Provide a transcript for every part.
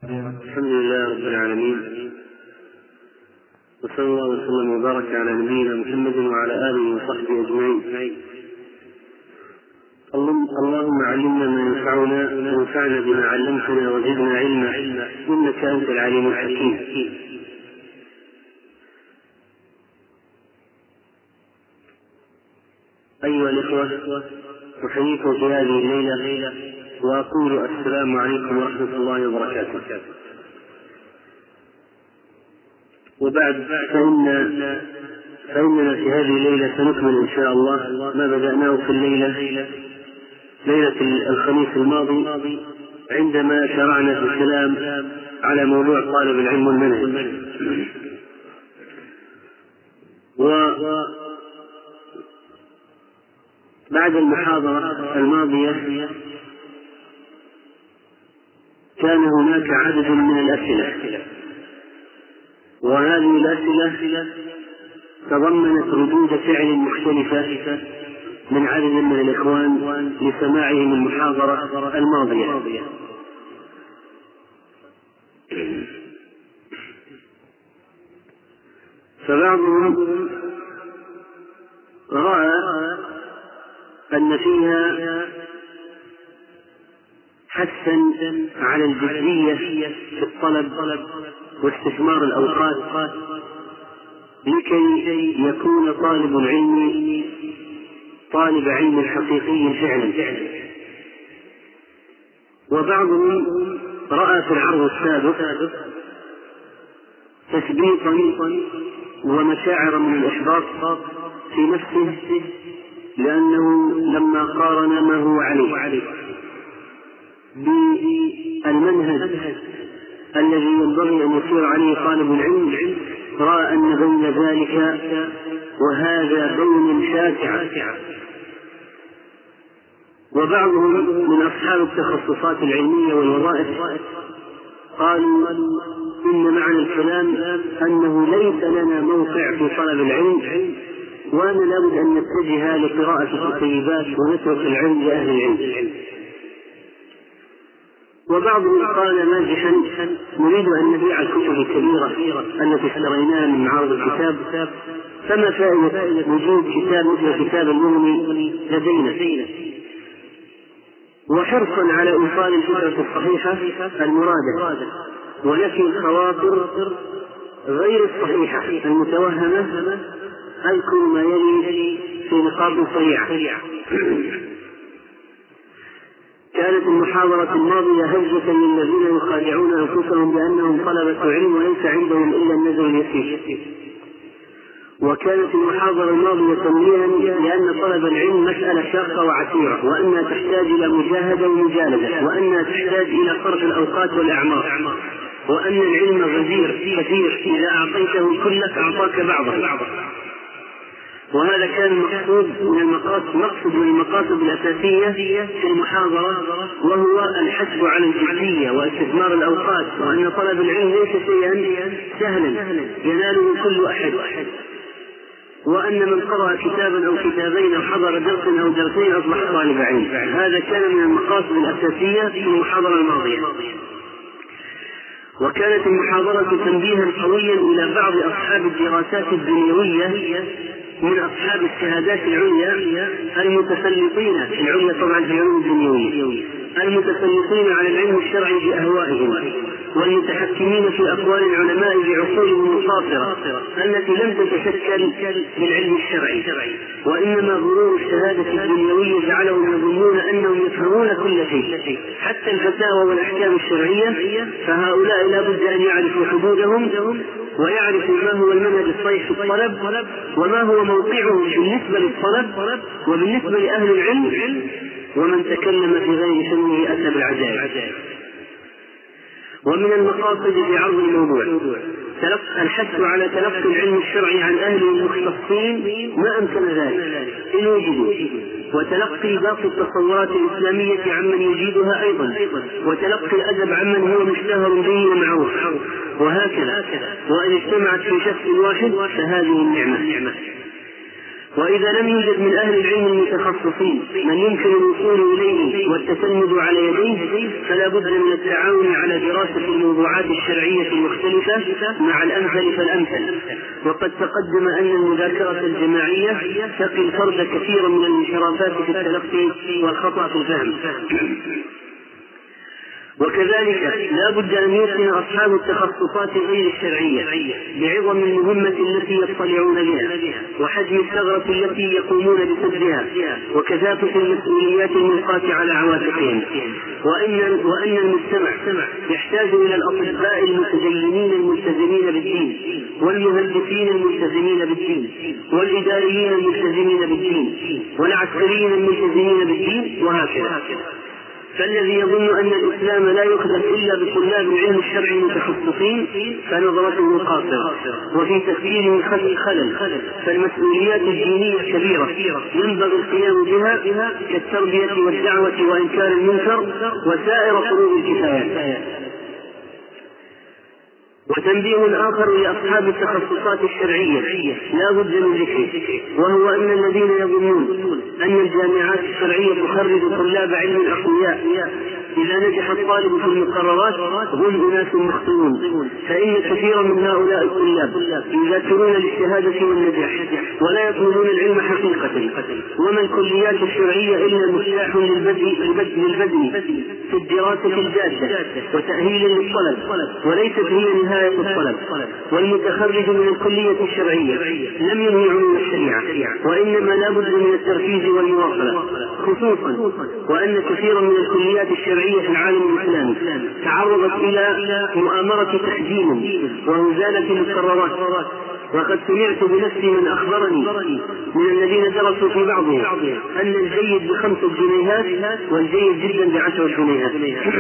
الحمد لله رب العالمين، وصلى الله وسلم وبارك على نبينا محمد وعلى آله وصحبه أجمعين. اللهم علمنا ما ينفعنا وانفعنا بما علمتنا وزدنا علما إنك أنت العليم الحكيم. أيها الإخوة، أحييكم في هذه الليلة وأقول السلام عليكم ورحمة الله وبركاته. وبعد فإننا في هذه الليلة سنكمل إن شاء الله ما بدأناه في ليلة الخميس الماضي، عندما شرعنا في الكلام على موضوع طالب العلم والمنهج. وبعد المحاضرة الماضية كان هناك عدد من الأسئلة، وهذه الأسئلة تضمنت ردود فعل مختلفة من عدد من الإخوان لسماعهم المحاضرة الماضية. فبعضهم رأى أن فيها حثا على الجدية في الطلب واستثمار الأوقات لكي يكون طالب العلم طالب علم حقيقي فعلا. وبعضهم رأى في العرض السابق تثبيطا ومشاعر من الإحباط في نفسه، لأنه لما قارن ما هو عليه بالمنهج الذي ينبغي أن يسير عليه طالب العلم، رأى أن بين ذلك وهذا بين شاسع. وبعضهم من أصحاب التخصصات العلمية والوظائف قالوا إن معنى الكلام أنه ليس لنا موقع في طلب العلم، وأن لابد أن نتجه لقراءة الكتيبات ونترك العلم لأهل العلم. وبعضهم قال مازحا: نريد أن نبيع الكتب الكبيرة التي اشتريناها من معارض الكتاب، فما فائدة وجود كتاب مثل كتاب المغني لدينا؟ وحرصا على إيصال الفكرة الصحيحة المرادة ونفي الخواطر غير الصحيحة المتوهمة، أذكر ما يلي في نقاط سريعة. كانت المحاضرة الماضية هجة للذين يخادعون أنفسهم بأنهم طلبة علم وليس عندهم إلا النذر اليسير. وكانت المحاضرة الماضية تنبيها لأن طلب العلم مسألة شاقة وعسيرة، وأنها تحتاج إلى مجاهدة ومجالدة، وأنها تحتاج إلى صرف الأوقات والأعمار، وأن العلم غزير كثير، إذا أعطيته كلك أعطاك بعضه. وهذا كان مقصد من المقاصد الأساسية في المحاضرة، وهو الحث على الجدية واستثمار الأوقات، وأن طلب العلم ليس شيئا سهلا يناله كل أحد، وأن من قرأ كتابا أو كتابين أو حضر درسا أو درسين أصبح طالب علم. هذا كان من المقاصد الأساسية في المحاضرة الماضية. وكانت المحاضرة تنبيها قويا إلى بعض أصحاب الدراسات الدنيوية من أصحاب الشهادات العليا المتسلطين العليا طبعا في العلوم الدنيوية، المتسلطين على العلم الشرعي بأهوائهم، والمتحكمين في أقوال العلماء بعقولهم القاصرة التي لم تتشكل بالعلم الشرعي، وإنما غرور الشهادة الدنيوية جعلهم يظنون أنهم يفهمون كل شيء حتى الفتاوى والأحكام الشرعية. فهؤلاء لا بد أن يعرفوا حدودهم ويعرفوا ما هو المنهج الصحيح في الطلب، وما هو موقعهم بالنسبة للطلب وبالنسبة لأهل العلم، ومن تكلم في غير سنه أتى بالعجائب. ومن المقاصد في عرض الموضوع الحث على تلقي العلم الشرعي عن أهله المختصين ما أمكن ذلك إن وجدوا، وتلقي باقي التصورات الإسلامية عمن يجيدها أيضا، وتلقي الأدب عمن هو مشتهر به ومعروف، وهكذا. وإن اجتمعت في شخص واحد فهذه النعمة. وإذا لم يوجد من أهل العلم المتخصصين من يمكن الوصول إليه والتسند على يديه فلا بد من التعاون على دراسة الموضوعات الشرعية المختلفة مع الأمثل فالأمثل. وقد تقدم أن المذاكرة الجماعية تقي الفرد كثيرا من الانحرافات في التلقي والخطأ في الفهم. وكذلك لا بد أن يوقن أصحاب التخصصات غير الشرعية بعظم المهمة التي يطلعون بها وحجم الثغرة التي يقومون بسدها وكثافة المسؤوليات الملقاة على عواتقهم، وأن المجتمع يحتاج إلى الأطباء المتدينين الملتزمين بالدين والمهندسين الملتزمين بالدين والإداريين الملتزمين بالدين والعسكريين الملتزمين بالدين وهكذا. فالذي يظن أن الإسلام لا يخدم إلا بطلاب العلم الشرعي المتخصصين فنظرته قاصرة وفي تفكيره خلل. فالمسؤوليات الدينية كبيرة ينبغي القيام بها كالتربية والدعوة وإنكار المنكر وسائر فروض الكفايات. وتنبيه آخر لأصحاب التخصصات الشرعية لا بد من ذكره، وهو أن الذين يظنون أن الجامعات الشرعية تخرج طلاب علم أقوياء إذا نجح الطالب في المقررات هم أناس مخطئون، فإن كثيرا من هؤلاء الطلاب يذاكرون للشهادة والنجاح ولا يطلبون العلم حقيقة. وما الكليات الشرعية إلا مفتاح للبدء في الدراسة الجادة وتأهيل للطلب وليست هي نهاية الطلب. والمتخرج من الكلية الشرعية لم ينهي علوم الشريعة وإنما لا بد من التركيز والمواصلة، خصوصا وأن كثيرا من الكليات الشرعية في العالم الإسلامي تعرضت إلى مؤامرة تحجيم ومزالة المقررات. وقد سمعت بنفسي من أخبرني من الذين درسوا في بعضهم أن الجيد ب5 جنيهات والجيد جدا ب10 جنيهات.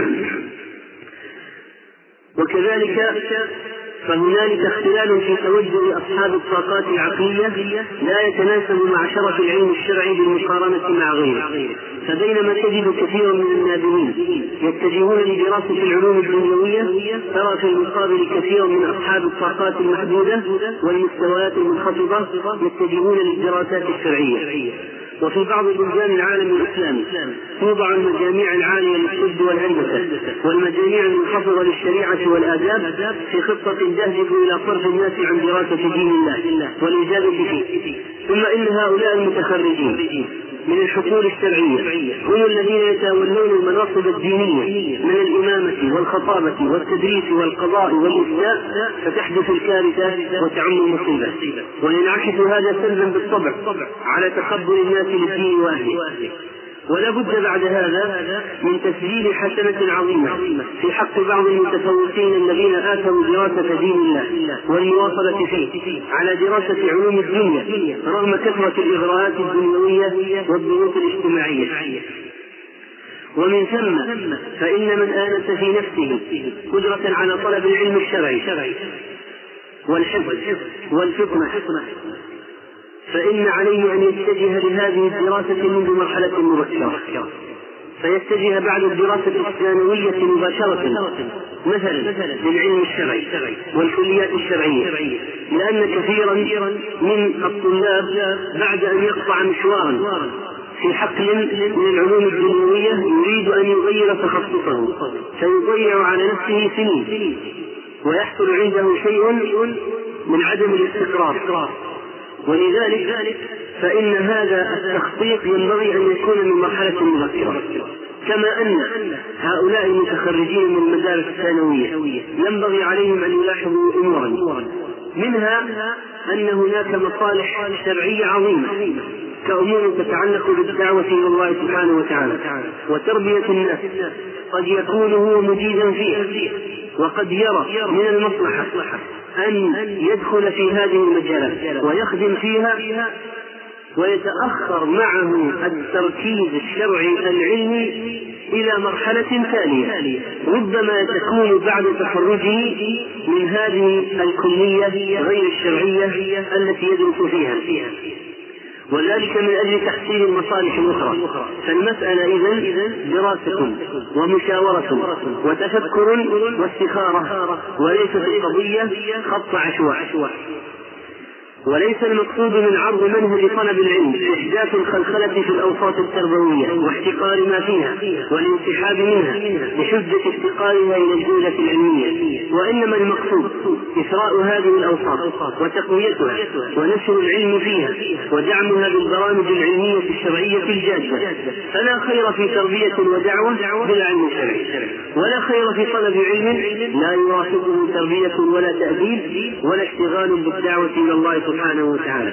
وكذلك فهنالك اختلال في توجه أصحاب الطاقات العقلية لا يتناسب مع شرف العلم الشرعي بالمقارنة مع غيره. فبينما تجد كثيرا من النابغين يتجهون لدراسة العلوم الدنيوية ترى في المقابل كثيرا من أصحاب الطاقات المحدودة والمستويات المنخفضة يتجهون للدراسات الشرعية. وفي بعض بلدان العالم الإسلامي توضع المجاميع العالية للطب والهندسة والمجاميع المنخفضة للشريعة والآداب في خطة تهدف إلى صرف الناس عن دراسة دين الله والإجابة فيه. ثم إن هؤلاء المتخرجين من الحقول الشرعية هم الذين يتولون المناصب الدينية من الإمامة والخطابة والتدريس والقضاء والإفتاء، فتحدث الكارثة وتعم المصيبة. وينعكس هذا سلبا بالطبع على تقبل الناس للدين وأهله. ولا بد بعد هذا من تسجيل حسنة عظيمة في حق بعض المتفوقين الذين آثروا دراسة دين الله والمواصلة فيه على دراسة علوم الدنيا رغم كثرة الإغراءات الدنيوية والضغوط الاجتماعية. ومن ثم فإن من آنس في نفسه قدرة على طلب العلم الشرعي والحفظ والفطنة فإن عليه أن يتجه لهذه الدراسة منذ مرحلة مبكرة، فيتجه بعد الدراسة الثانوية مباشرة مثلا للعلم الشرعي والكليات الشرعية، لأن كثيرا من الطلاب بعد أن يقطع مشوارا في حقل من العلوم الدنيوية يريد أن يغير تخصصه فيضيع على نفسه سنين ويحصل عنده شيء من عدم الاستقرار. ولذلك فإن هذا التخطيط ينبغي أن يكون من مرحلة مبكرة، كما أن هؤلاء المتخرجين من المدارس الثانوية ينبغي عليهم أن يلاحظوا أمورا، منها أن هناك مصالح شرعية عظيمة كأمور تتعلق بالدعوة إلى الله سبحانه وتعالى وتربية الناس، قد يكون هو مجيدا فيها وقد يرى من المصلحة أن يدخل في هذه المجالات ويخدم فيها ويتأخر معه التركيز الشرعي العلمي إلى مرحلة تالية ربما تكون بعد تخرجه من هذه الكلية غير الشرعية التي يدرس فيها، وذلك من أجل تحسين المصالح الأخرى. فالمسألة إذن دراسة ومشاورة وتفكر واستخارة وليست القضية خط عشواء. وليس المقصود من عرض منهج طلب العلم إحداث الخلخلة في الأوساط التربوية واحتقار ما فيها والانسحاب منها بحجة افتقارها إلى الجودة العلمية، وإنما المقصود إثراء هذه الأوساط وتقويتها ونشر العلم فيها ودعمها بالبرامج العلمية الشرعية الجادة. فلا خير في تربية ودعوة بلا علم شرعي، ولا خير في طلب علم لا يرافقه تربية ولا تأديب ولا اشتغال بالدعوة إلى الله سبحانه وتعالى.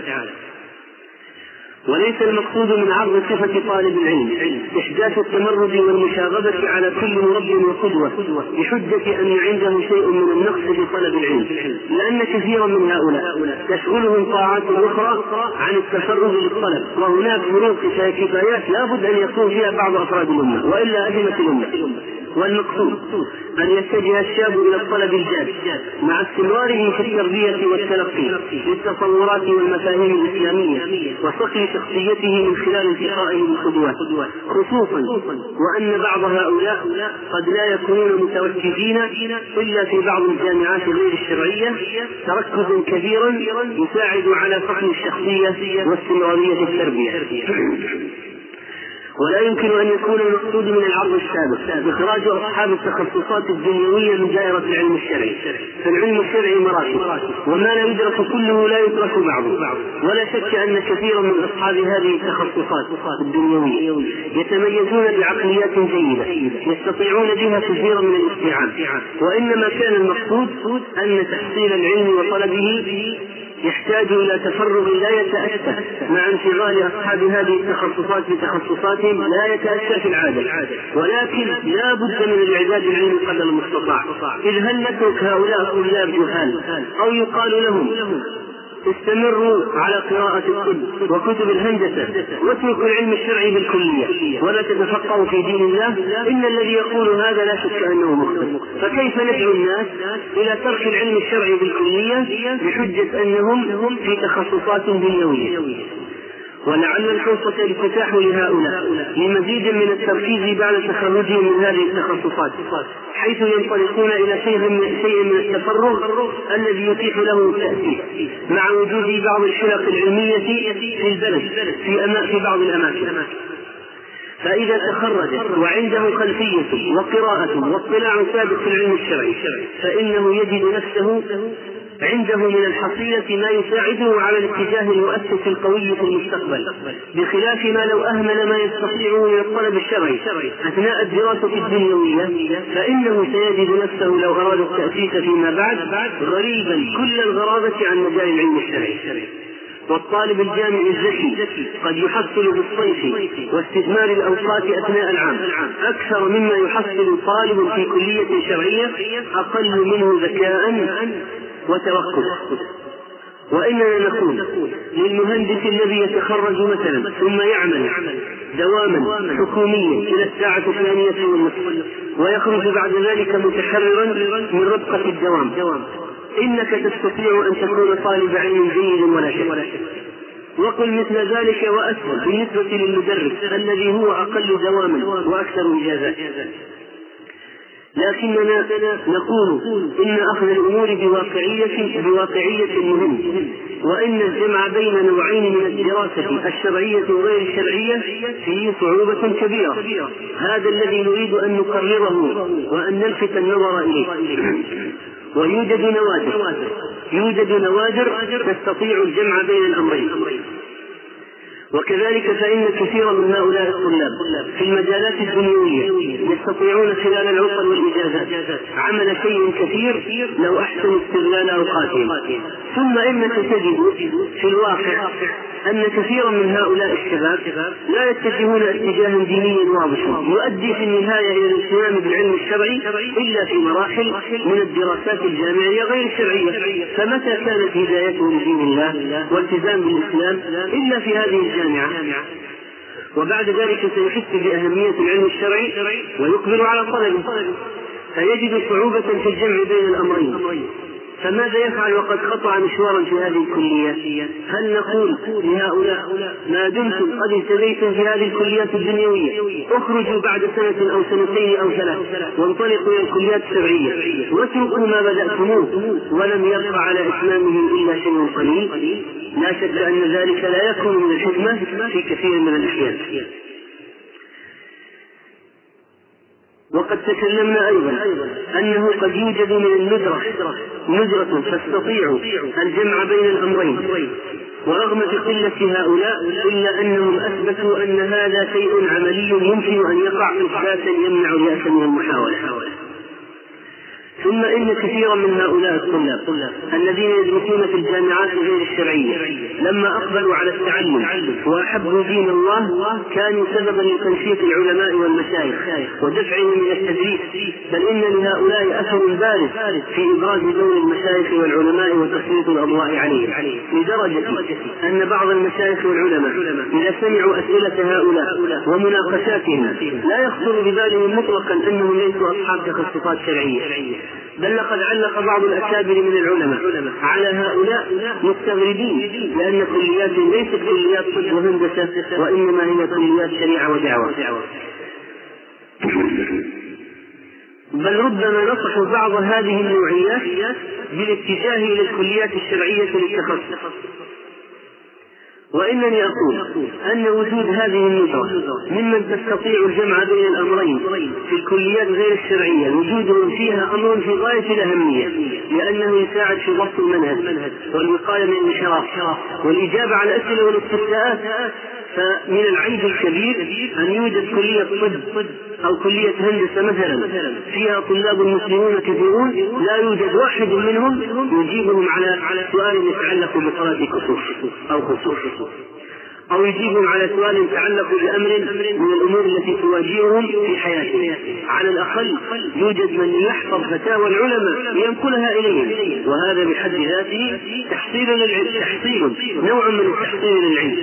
وليس المقصود من عرض صفة طالب العلم إحداث التمرد والمشاغبة على كل مرب وقدوة بحجة أن عنده شيء من النقص في طلب العلم، لأن كثيرا من هؤلاء تشغلهم طاعات أخرى عن التفرغ للطلب، وهناك فروق كفايات لا بد أن يكون فيها بعض أفراد الأمة وإلا أزمة الأمة. والمقصود أن يتجه الشاب إلى الطلب الجاد مع استمراره في التربية والتلقي للتصورات والمفاهيم الإسلامية وصقل شخصيته من خلال التقائه بالقدوات، خصوصا وأن بعض هؤلاء قد لا يكونون متوكلين إلا في بعض الجامعات غير الشرعية تركزا كبيرا يساعد على فهم الشخصية واستمرارية التربية. ولا يمكن أن يكون المقصود من العرض السابق إخراج أصحاب التخصصات الدنيوية من دائرة العلم الشرعي، فالعلم الشرعي مراتب، وما لا يدرك كله لا يترك بعضه. ولا شك أن كثيرا من أصحاب هذه التخصصات الدنيوية يتميزون بعقليات جيدة يستطيعون بها كثيرا من الاستيعاب، وإنما كان المقصود أن تحصيل العلم وطلبه يحتاج إلى تفرغ لا يتأتى مع انشغال أصحاب هذه التخصصات بتخصصاتهم لا يتأتى في العادة، ولكن لا بد من الإعداد العلمي قدر المستطاع. إذ هل نترك هؤلاء الطلاب جهال أو يقال لهم استمروا على قراءة الطب وكتب الهندسة واتركوا العلم الشرعي بالكلية ولا تتفقهوا في دين الله؟ إن الذي يقول هذا لا شك أنه مخطئ. فكيف ندعو الناس إلى ترك العلم الشرعي بالكلية بحجة أنهم في تخصصات دنيوية؟ ولعل الفرصة تتاح لهؤلاء لمزيد من التركيز بعد تخرجهم من هذه التخصصات، حيث ينطلقون إلى شيء من التفرغ الذي يتيح له التأثير مع وجود بعض الحلق العلمية في البلد في بعض الأماكن. فإذا تخرج وعنده خلفية وقراءة واطلاع سابق في العلم الشرعي فإنه يجد نفسه عنده من الحصيلة ما يساعده على الاتجاه المؤسس القوي في المستقبل، بخلاف ما لو أهمل ما يستطيعه من الطلب الشرعي أثناء الدراسة الدنيوية، فإنه سيجد نفسه لو أراد التأسيس فيما بعد غريبا كل الغرابة عن مجال العلم الشرعي. والطالب الجامعي الذكي قد يحصل بالصيف واستثمار الأوقات أثناء العام أكثر مما يحصل طالب في كلية شرعية أقل منه ذكاء وتوكل. وإننا نقول للمهندس الذي يتخرج مثلا ثم يعمل دواما حكوميا إلى الساعة 8:30 ويخرج بعد ذلك متحررا من ربقة الدوام، إنك تستطيع أن تكون طالب علم جيد ولا شك. وقل مثل ذلك وأسهل بالنسبة للمدرس الذي هو أقل دواما وأكثر إجازات. لكننا نقول إن أخذ الأمور بواقعية مهم، وإن الجمع بين نوعين من الدراسة الشرعية وغير الشرعية فيه صعوبة كبيرة. هذا الذي نريد أن نقرره وأن نلفت النظر إليه. ويوجد نوادر تستطيع الجمع بين الأمرين. وكذلك فإن كثيرا من هؤلاء الطلاب في المجالات الدنيوية يستطيعون خلال العطل والإجازات عمل شيء كثير لو أحسنوا استغلال أوقاتهم. ثم إنك تجد في الواقع أن كثيرا من هؤلاء الشباب لا يتجهون اتجاها دينيا واضحا يؤدي في النهاية إلى الاهتمام بالعلم الشرعي إلا في مراحل من الدراسات الجامعية غير الشرعية. فمتى كانت هدايتهم لدين الله والتزام بالإسلام إلا في هذه الجامعة؟ وبعد ذلك سيحس بأهمية العلم الشرعي ويقبل على طلبه، فيجد صعوبة في الجمع بين الأمرين. فماذا يفعل وقد قطع مشوارا في هذه الكلية؟ هل نقول لهؤلاء ما دمتم قد اهتديتم في هذه الكليات الدنيوية اخرجوا بعد سنة أو سنتين أو ثلاث وانطلقوا إلى الكليات الشرعية واتركوا ما بدأتموه ولم يبق على إتمامه إلا شيء قليل؟ لا شك أن ذلك لا يكون من الحكمة في كثير من الأحيان. وقد تكلمنا أيضا أنه قد يوجد من ندرة تستطيع الجمع بين الأمرين، ورغم قلة هؤلاء إلا أنهم أثبتوا أن هذا شيء عملي يمكن أن يقع إثباتا يمنع اليأس من المحاولة. ثم إن كثيرا من هؤلاء الطلاب الذين يدرسون في الجامعات غير الشرعية لما أقبلوا على التعلم وأحبوا دين الله كانوا سببا لتنشيط العلماء والمشايخ ودفعهم من التدريس، بل إن لهؤلاء أثر بارز في إبراز دور المشايخ والعلماء وتسليط الأضواء عليهم، لدرجة أن بعض المشايخ والعلماء إذا سمعوا أسئلة هؤلاء ومناقشاتهم لا يخطر ببالهم مطلقا أنهم ليسوا أصحاب تخصصات شرعية، بل لقد علق بعض الأكابر من العلماء على هؤلاء مستغربين لأن كلياتهم ليست كليات طب وهندسة وإنما هي كليات شريعة ودعوة، بل ربما نصح بعض هذه النوعيات بالاتجاه إلى الكليات الشرعية للتخصص. وإنني أقول أن وجود هذه الندرة ممن تستطيع الجمع بين الأمرين في الكليات غير الشرعية وجودهم فيها أمر في غاية الأهمية، لأنه يساعد في ضبط المنهج والوقاية من الانحراف والإجابة على الأسئلة والاستفتاءات. فمن العيب الكبير أن يوجد كلية طب أو كلية هندسة مثلا فيها طلاب مسلمون كثيرون لا يوجد واحد منهم يجيبهم على سؤال يتعلق بصلاة كسوف أو خسوف، أو يجيبهم على سؤال يتعلق بأمر من الأمور التي تواجههم في حياتهم. على الأقل يوجد من يحفظ فتاوى العلماء ينقلها إليهم، وهذا بحد ذاته تحصيل نوع من التحصيل للعلم.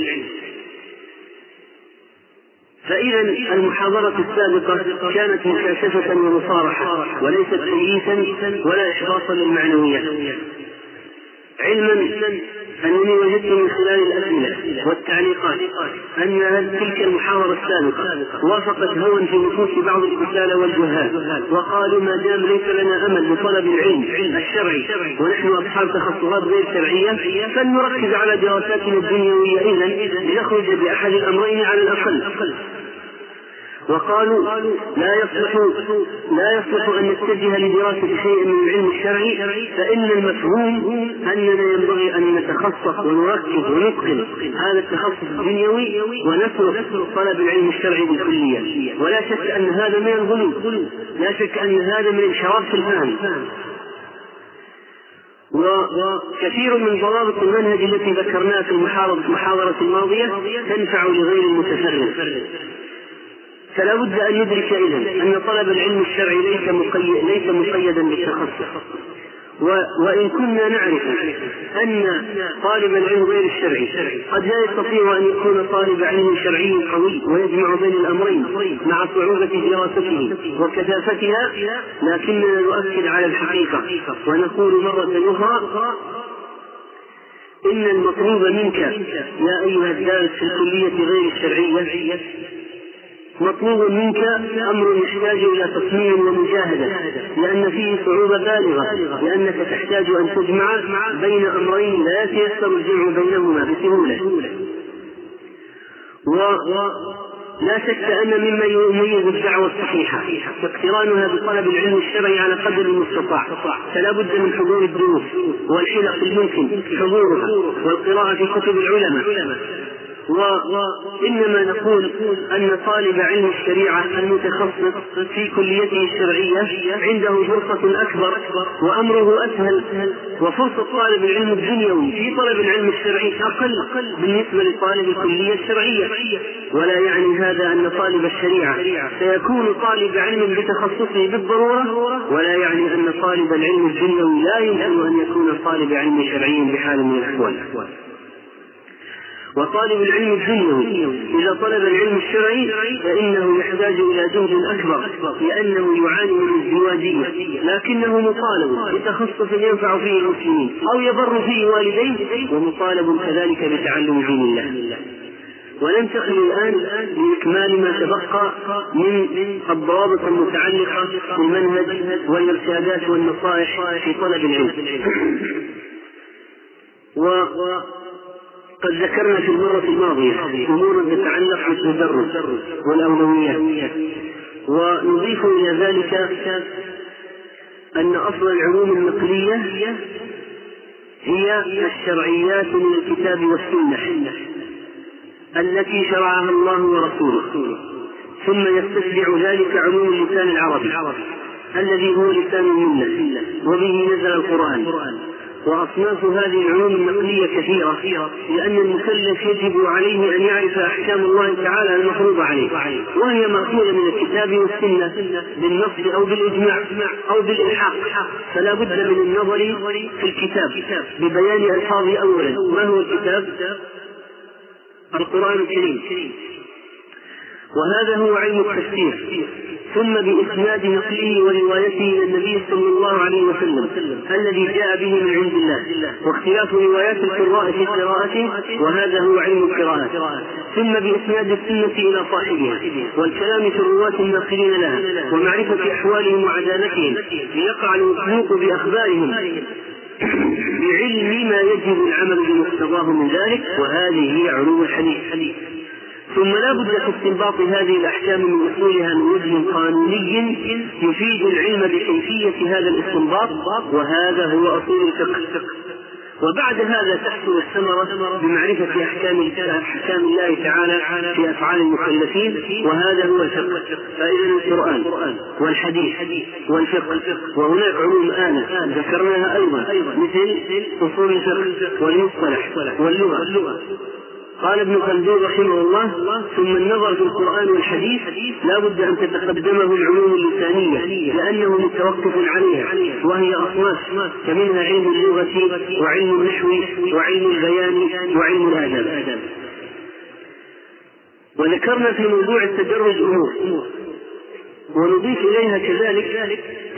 فإذا المحاضرة السابقة كانت مكاشفة ومصارحة وليست تمييزا ولا إحباطا للمعنويات، علما أنني وجدت من خلال الأسئلة والتعليقات أن تلك المحاضرة السابقة وافقت هوى في نفوس بعض الكسالى والجهال، وقالوا ما دام ليس لنا أمل لطلب العلم الشرعي ونحن أصحاب تخصصات غير شرعية فلنركز على دراساتنا الدنيوية إذن لنخرج بأحد الأمرين على الأقل. وقالوا لا يصلح أن نتجه لدراسة شيء من العلم الشرعي، فإن المفهوم أننا ينبغي أن نتخصص ونركز ونتقن هذا التخصص الدنيوي ونترك طلب العلم الشرعي بالكلية. ولا شك أن هذا من الغلو، لا شك أن هذا من انحراف في الفهم. وكثير من ضوابط المنهج التي ذكرناها في المحاضرة الماضية تنفع لغير المتفرغ. فلا بد أن ندرك إذن أن طلب العلم الشرعي ليس مقيدا بالتخصص. وإن كنا نعرف أن طالب العلم غير الشرعي قد لا يستطيع أن يكون طالب علم شرعي قوي ويجمع بين الأمرين مع صعوبة دراسته وكثافتها، لكننا نؤكد على الحقيقة ونقول مرة أخرى إن المطلوب منك يا أيها الدارس في الكلية غير الشرعية مطلوب منك أمر يحتاج إلى تصميم ومجاهدة، لأن فيه صعوبة بالغة، لأنك تحتاج أن تجمع بين أمرين لا يتيسر الجمع بينهما بسهولة. ولا شك أن مما يميز الدعوة الصحيحة اقترانها بطلب العلم الشرعي على قدر المستطاع، فلا بد من حضور الدروس والحلق الممكن حضورها والقراءة في كتب العلماء. وإنما نقول أن طالب علم الشريعة المتخصص في كليته الشرعية عنده فرصة أكبر وأمره أسهل، وفرصة طالب العلم الدنيوي في طلب العلم الشرعي أقل بالنسبة لطالب الكلية الشرعية. ولا يعني هذا أن طالب الشريعة سيكون طالب علم بتخصصه بالضرورة، ولا يعني أن طالب العلم الدنيوي لا يمكن أن يكون طالب علم شرعي بحال من الأحوال. وطالب العلم الدنيوي إذا طلب العلم الشرعي فإنه يحتاج إلى جهد أكبر لأنه يعاني من الازدواجية، لكنه مطالب بتخصص ينفع فيه المسلمين أو يبر فيه والديه، ومطالب كذلك بتعلم دين الله. وننتقل الآن لإكمال ما تبقى من الضوابط المتعلقة بالمنهج والإرشادات والنصائح في طلب العلم. وقد ذكرنا في المرة الماضية أمورا تتعلق بالتدرج والأولويات، ونضيف إلى ذلك أن أصل العلوم النقلية هي الشرعيات من الكتاب والسنة التي شرعها الله ورسوله، ثم يستتبع ذلك علوم اللسان العربي الذي هو لسان الملة وبه نزل القرآن. وأصناف هذه العلوم النقلية كثيرة، لأن المكلف يجب عليه أن يعرف أحكام الله تعالى المفروضة عليه، وهي مأخوذة من الكتاب والسنة بالنص أو بالإجماع أو بالإلحاق، فلا بد من النظر في الكتاب ببيان ألفاظه. أولا، ما هو الكتاب؟ القرآن الكريم، وهذا هو علم التفسير، ثم بإسناد نقله وروايته إلى النبي صلى الله عليه وسلم الذي جاء به من عند الله، واختلاف روايات القراء في قراءته، وهذا هو علم القراءات، ثم بإسناد السنة إلى صاحبها، والكلام في الرواة الناقلين لها، ومعرفة أحوالهم وعدالتهم ليقع الوثوق بأخبارهم بعلم ما يجب العمل بمقتضاه من ذلك، وهذه هي علوم الحديث. ثم لا بد في استنباط هذه الأحكام من أصولها من وجه قانوني يفيد العلم بكيفية هذا الاستنباط، وهذا هو أصول الفقه. وبعد هذا تحصل الثمرة بمعرفة أحكام الله تعالى في أفعال المكلفين، وهذا هو الفقه. فإذا القرآن والحديث والفقه، وهناك علوم آلة ذكرناها أيضا مثل أصول الفقه والمصطلح واللغة. قال ابن خلدون رحمه الله: ثم النظر في القرآن والحديث لا بد أن تتقدمه العلوم اللسانية لأنه متوقف عليها، وهي أصناف كمنها علم اللغة وعلم النحو وعلم البيان وعلم الآداب. وذكرنا في موضوع التدرج أمور، ونضيف إليها كذلك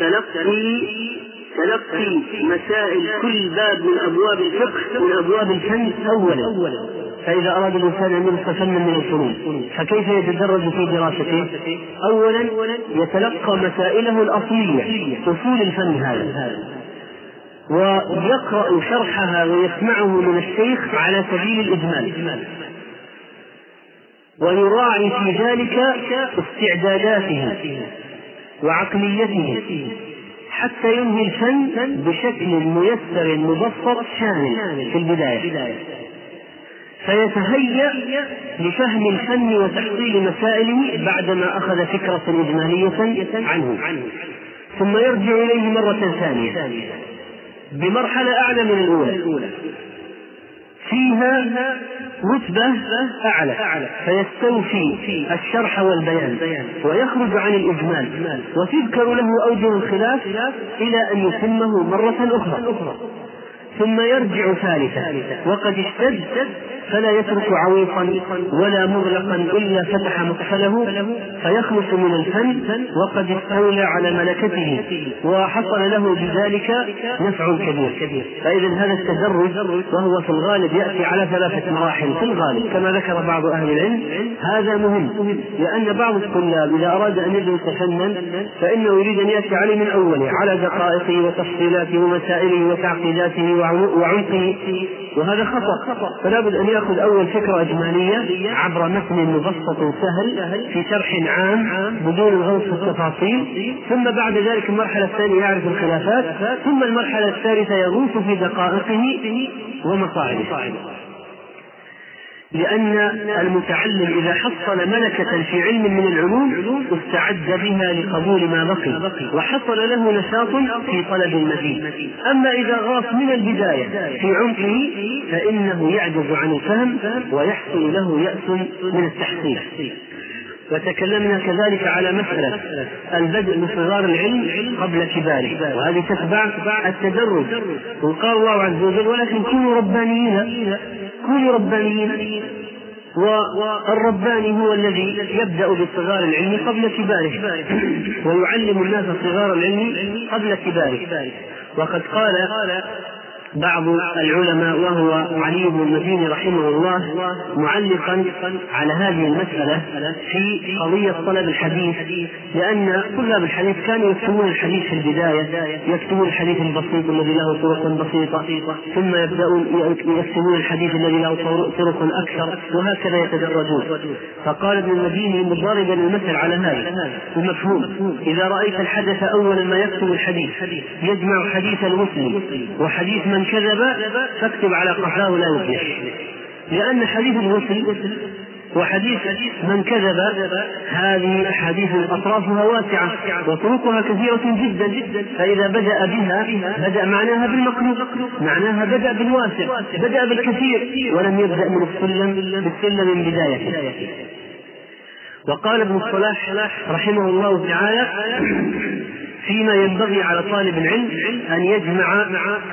تلقي مسائل كل باب من أبواب الفقه من أبواب الفن أولا. فإذا أراد الإنسان أن يدرس فنا من الفنون فكيف يتدرج في دراسته؟ أولا يتلقى مسائله الأصلية، أصول الفن هذا، ويقرأ شرحها ويسمعه من الشيخ على سبيل الإجمال، ويراعي في ذلك استعداداته وعقليته حتى ينهي الفن بشكل ميسر مبسط شامل في البداية، فيتهيأ لفهم الفن وتحصيل مسائله بعدما أخذ فكرة إجمالية عنه، ثم يرجع إليه مرة ثانية بمرحلة أعلى من الأولى فيها رتبة أعلى، فيستوفي الشرح والبيان ويخرج عن الإجمال، وتذكر له أوجه الخلاف إلى أن يتمه مرة أخرى، ثم يرجع ثالثا وقد اشتد فلا يترك عويصا ولا مغلقا إلا فتح مقفله فيخلص من الفن وقد استولى على ملكته وحصل له بذلك نفع كبير. فإذا هذا التدرج وهو في الغالب يأتي على 3 مراحل في الغالب كما ذكر بعض أهل العلم. هذا مهم لأن بعض الطلاب إذا أراد أن يدرس فنا فإنه يريد أن يأتي عليه من أوله على دقائقه وتفصيلاته ومسائله وتعقيداته وعمقه، وهذا خطأ. فلا بد أن يأخذ أول فكرة إجمالية عبر متن مبسط سهل في شرح عام بدون الغوص في التفاصيل، ثم بعد ذلك المرحلة الثانية يعرف الخلافات، ثم المرحلة الثالثة يغوص في دقائقه ومصاعبه. لأن المتعلم إذا حصل ملكة في علم من العلوم استعد بها لقبول ما بقي وحصل له نشاط في طلب المزيد. أما إذا غاص من البداية في عمقه فإنه يعجز عن الفهم ويحصل له يأس من التحصيل. وتكلمنا كذلك على مسألة البدء بصغار العلم قبل كباره، وهذه تتبع التدرج. وقال الله عز وجل: ولكن كونوا ربانيين كونوا ربانيين. والرباني هو الذي يبدأ بصغار العلم قبل كباره، ويعلم الناس صغار العلم قبل كباره. وقد قال بعض العلماء وهو علي بن المديني رحمه الله معلقا على هذه المسألة في قضية طلب الحديث، لأن طلاب الحديث كانوا يكتبون الحديث في البداية، يكتبون الحديث البسيط الذي له طرق بسيطة، ثم يبدأون يكتبون الحديث الذي له طرق أكثر، وهكذا يتدرجون. فقال ابن المديني مضاربا المثل على هذا المفهوم: إذا رأيت الحدث أول ما يكتب الحديث يجمع حديث المسلم وحديث من كذب فاكتب على قفاه لا يفلح، لأن حديث المسلم وحديث من كذب هذه أحاديث أطرافها واسعة وطرقها كثيرة جدا، فإذا بدأ بها بدأ معناها بالمقلوب، معناها بدأ بالواسع، بدأ بالكثير ولم يبدأ من بالسلم من بدايته. وقال ابن الصلاح رحمه الله تعالى: فيما ينبغي على طالب العلم أن يجمع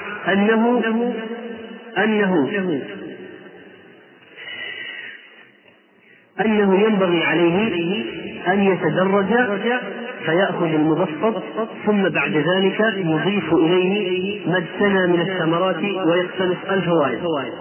أنه ينبغي عليه أن يتدرج فيأخذ المبسط، ثم بعد ذلك يضيف إليه ما اجتنى من الثمرات ويقتنص الفوائد.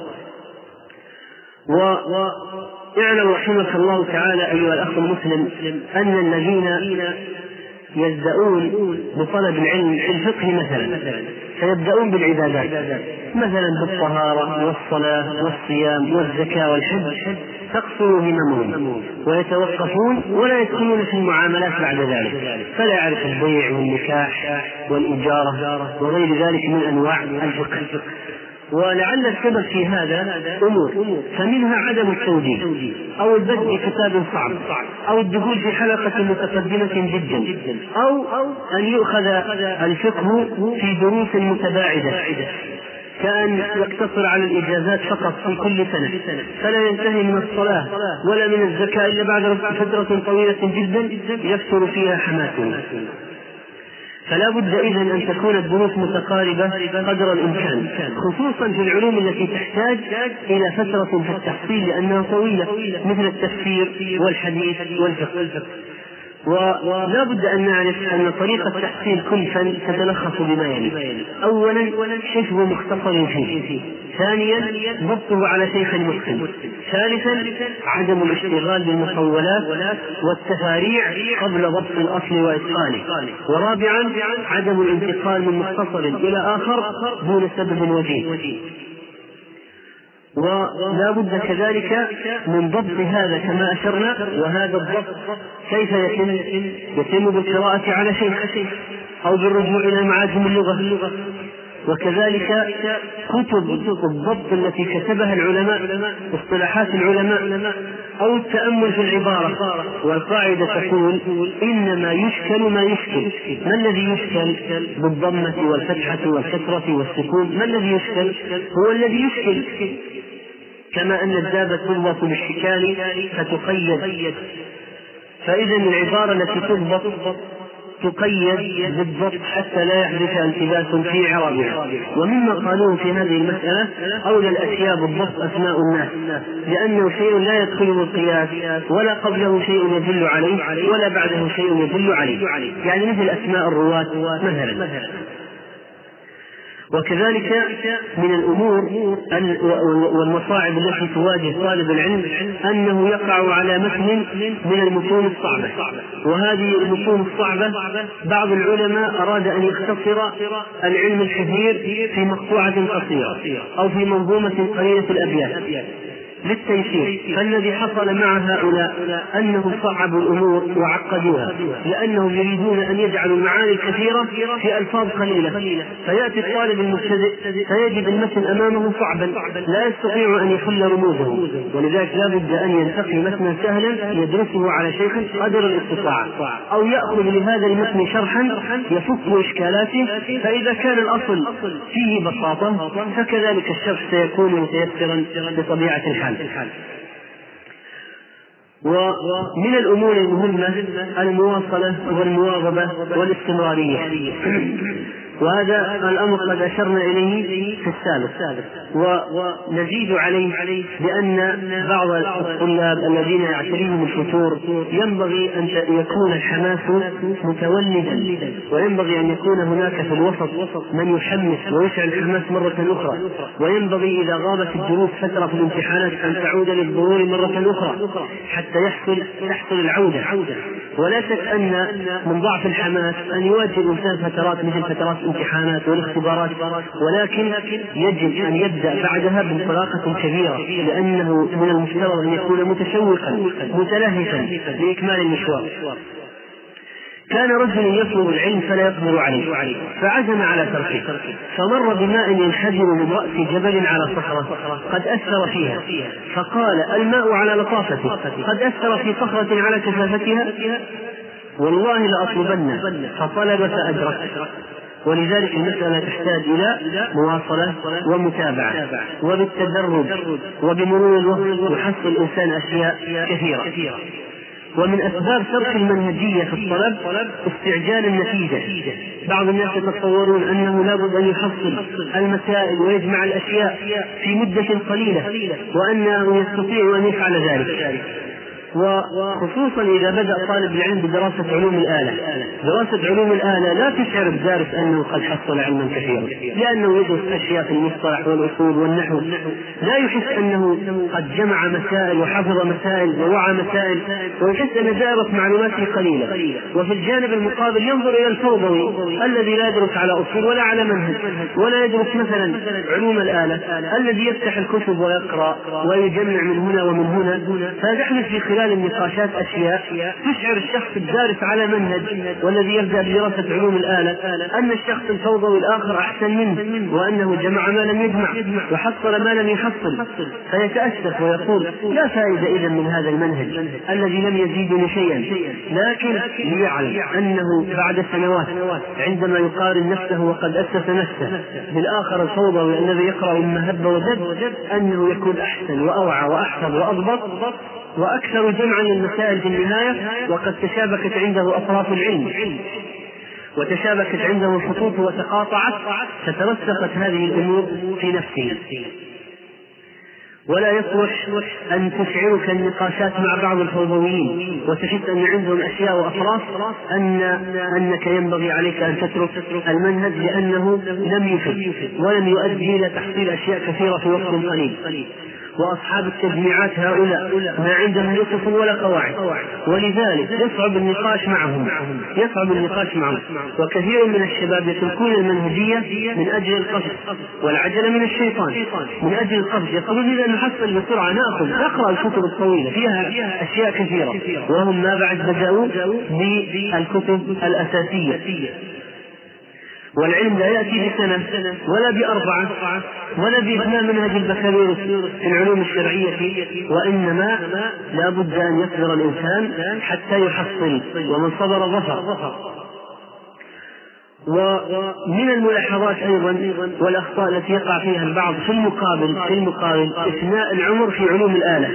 واعلم رحمك الله تعالى أيها الأخ المسلم أن الذين يبدأون بطلب العلم في الفقه مثلا فيبدأون بالعبادات، مثلا بالطهارة والصلاة والصيام والزكاة والحج، تقصر هممهم ويتوقفون ولا يدخلون في المعاملات بعد ذلك، فلا يعرف البيع والنكاح والإجارة وغير ذلك من أنواع الفقه. ولعل السبب في هذا أمور، فمنها عدم التوجيه أو البدء بكتاب صعب أو الدخول في حلقة متقدمة جدا أو أن يؤخذ الفقه في دروس متباعدة، كأن يقتصر على الإجازات فقط في كل سنة، فلا ينتهي من الصلاة ولا من الزكاة إلا بعد فترة طويلة جدا يكثر فيها حماسه. فلا بد إذن أن تكون الدروس متقاربة قدر الإمكان، خصوصا في العلوم التي تحتاج إلى فترة في التحصيل لأنها طويلة، مثل التفسير والحديث والفقه. ولا بد أن نعرف أن طريقة تحصيل كل فن تتلخص بما يلي: أولا حفظ مختصر فيه، ثانيا ضبطه على شيخ متقن، ثالثا عدم الاشتغال بالمطولات والتفاريع قبل ضبط الأصل وإتقانه، ورابعا عدم الانتقال من مختصر إلى آخر دون سبب وجيه. ولا بد كذلك من ضبط هذا كما أشرنا، وهذا الضبط كيف يتم بالقراءة على شيخ أو بالرجوع إلى معاجم اللغة، وكذلك كتب الضبط التي كتبها العلماء، اصطلاحات العلماء، أو التأمل في العبارة. والقاعدة تقول: إنما يشكل ما يشكل. ما الذي يشكل بالضمة والفتحة والكسرة والسكون؟ ما الذي يشكل؟ هو الذي يشكل، كما أن الدابة تضبط بالشكال فتقيد، فإذا العبارة التي تضبط تقيد بالضبط حتى لا يحدث التباس في إعرابها. ومما قالوه في هذه المسألة: أولى الأشياء بالضبط أسماء الناس، لأنه شيء لا يدخله القياس، ولا قبله شيء يدل عليه ولا بعده شيء يدل عليه، يعني مثل أسماء الرواة مثلا. وكذلك من الأمور والمصاعب التي تواجه طالب العلم أنه يقع على متن من المتون الصعبة، وهذه المتون الصعبة بعض العلماء أراد أن يختصر العلم الكثير في مقطوعة قصيرة أو في منظومة قليلة الأبيات للتيسير. فالذي حصل مع هؤلاء أنهم صعبوا الأمور وعقدوها، لأنهم يريدون أن يجعلوا المعاني الكثيرة في ألفاظ قليلة، فيأتي الطالب المبتدئ فيجد المتن أمامه صعبا لا يستطيع أن يحل رموزه، ولذلك لا بد أن ينتقي متنا سهلا يدرسه على شيخ قدر الاستطاعة، أو يأخذ لهذا المتن شرحا يفك إشكالاته، فإذا كان الأصل فيه بساطة فكذلك الشرح سيكون متيسرا بطبيعة الحال. ومن الأمور المهمة المواصلة والمواظبة والاستمرارية. وهذا الأمر قد أشرنا إليه في السابق. ونزيد عليه بأن بعض الطلاب الذين يعتريهم الفتور ينبغي أن يكون الحماس متولدا، وينبغي أن يكون هناك في الوسط من يحمس ويشعل الحماس مرة أخرى، وينبغي إذا غابت الدروس فترة في الامتحانات أن تعود للظهور مرة أخرى حتى تحصل العودة. ولا شك أن من ضعف الحماس أن يواجه الإنسان فترات مثل فترات الامتحانات والاختبارات، ولكن يجب أن يبدأ بعدها بانطلاقة كبيرة، لأنه من المفترض أن يكون متشوقا متلهفا لإكمال المشوار. كان رجل يطلب العلم فلا يقدر عليه، فعزم على تركه، فمر بماء ينحدر من رأس جبل على صخرة قد أثر فيها، فقال: الماء على لطافته قد أثر في صخرة على كثافتها، والله لأطلبن. فطلب فأدرك. ولذلك المسألة تحتاج إلى مواصلة ومتابعة، وبالتدرج وبمرور الوقت يحصل الإنسان أشياء كثيرة. ومن أسباب ترك المنهجية في الطلب استعجال النتيجة. بعض الناس يتصورون أنه لابد أن يحصل المسائل ويجمع الأشياء في مدة قليلة، وأنه يستطيع أن يفعل ذلك، وخصوصا إذا بدأ طالب العلم بدراسة علوم الآلة. دراسة علوم الآلة لا تشعر الدارس أنه قد حصل علما كثيرا، لأنه يدرس أشياء في المصطلح والأصول والنحو، لا يحس أنه قد جمع مسائل وحفظ مسائل ووعى مسائل، ويحس أن دائرة معلوماته قليلة. وفي الجانب المقابل ينظر إلى الفوضوي الذي لا يدرس على أصول ولا على منهج، ولا يدرس مثلا علوم الآلة، الذي يفتح الكتب ويقرأ ويجمع من هنا ومن هنا، فيحدث في خلال النقاشات أشياء تشعر الشخص الدارس على منهج والذي يبدأ بدراسة علوم الآلة أن الشخص الفوضوي الآخر أحسن منه، وأنه جمع ما لم يجمع وحصل ما لم يحصل، فيتأسف ويقول: لا فائدة إذن من هذا المنهج الذي لم يزيدني شيئا. لكن ليعلم أنه بعد سنوات عندما يقارن نفسه وقد أسس نفسه بالآخر الفوضوي الذي يقرأ مما هب وجد، أنه يكون أحسن وأوعى وأحفظ وأضبط وأكثر جمعا للمسائل في النهاية، وقد تشابكت عنده أطراف العلم وتشابكت عنده الخطوط وتقاطعت، فترسخت هذه الأمور في نفسه. ولا يصلح أن تشعرك النقاشات مع بعض الفوضويين وتحس أن عندهم أشياء وأطراف أنك ينبغي عليك أن تترك المنهج، لأنه لم يفد ولم يؤدي إلى تحصيل أشياء كثيرة في وقت قليل. وأصحاب التجميعات هؤلاء ما عندهم أسس ولا قواعد، ولذلك يصعب النقاش معهم. وكثير من الشباب يتركون المنهجية من أجل القفز، والعجلة من الشيطان. من أجل القفز يقولون: إذا نحصل بسرعة نقرأ الكتب الطويلة فيها أشياء كثيرة، وهم ما بعد بدأوا بالكتب الأساسية. والعلم لا يأتي بسنة ولا بأربعة ولا بإتمام منهج البكالوريوس في العلوم الشرعية، وإنما لا بد أن يصبر الإنسان حتى يحصل، ومن صبر ظفر. ومن الملاحظات أيضا والأخطاء التي يقع فيها البعض في المقابل إثناء العمر في علوم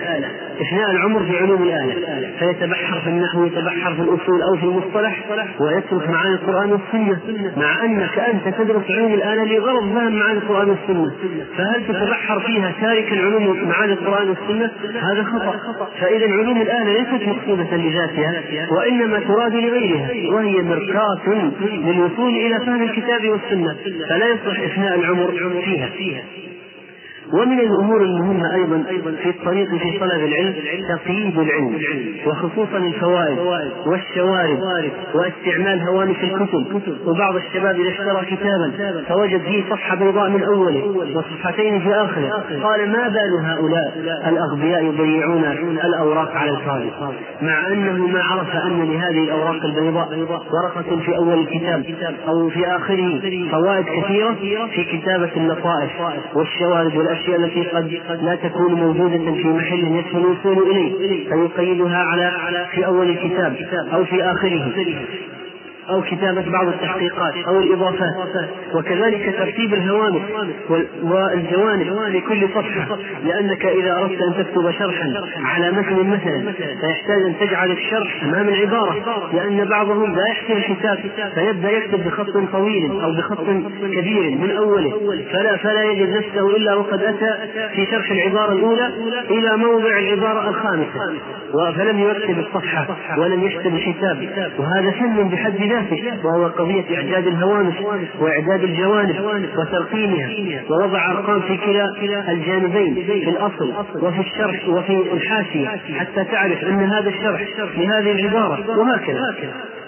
الآلة، فيتبحر في النحو، يتبحر في الأصول أو في المصطلح، ويترك معاني القرآن والسنة، مع أنك أنت تدرس علوم الآلة لغرض فهم معاني القرآن والسنة، فهل تتبحر فيها تارك العلوم معاني القرآن والسنة؟ هذا خطأ. فإذا علوم الآلة ليست مقصودة لذاتها، وإنما تراد لغيرها، وهي مركات للوصول إلى فهم الكتاب والسنة، فلا يصلح إثناء العمر فيها. ومن الأمور المهمة أيضا في الطريق في طلب العلم تقييد العلم، وخصوصا الفوائد والشوارد واستعمال هوامش الكتب. وبعض الشباب إذا اشترى كتابا فوجد فيه صفحة بيضاء من أوله وصفحتين في آخره، قال: ما بال هؤلاء الأغبياء يضيعون الأوراق على الفاضي، مع أنه ما عرف أن لهذه الأوراق البيضاء ورقة في أول الكتاب أو في آخره فوائد كثيرة في كتابة اللطائف والشوارد والأشياء التي قد لا تكون موجودة في محل يسهل الوصول إليه، فيقيدها في أول الكتاب أو في آخره. أو كتابة بعض التحقيقات أو الإضافات، وكذلك ترتيب الهوامش والجوانب في كل صفحة، لأنك إذا أردت أن تكتب شرحا على متن مثلا فيحتاج أن تجعل الشرح أمام العبارة، لأن بعضهم لا يحسن الحساب فيبدأ يكتب بخط طويل أو بخط كبير من أوله، فلا يجد نفسه إلا وقد أتى في شرح العبارة الأولى إلى موضع العبارة الخامسة فلم يكتب الصفحة ولم يحسب الحساب، وهذا فن بحد ذاته، وهو قضية إعداد الهوامش وإعداد الجوانب وترقيمها ووضع أرقام في كلا الجانبين في الأصل وفي الشرح وفي الحاشية حتى تعرف أن هذا الشرح لهذه العبارة، وهكذا.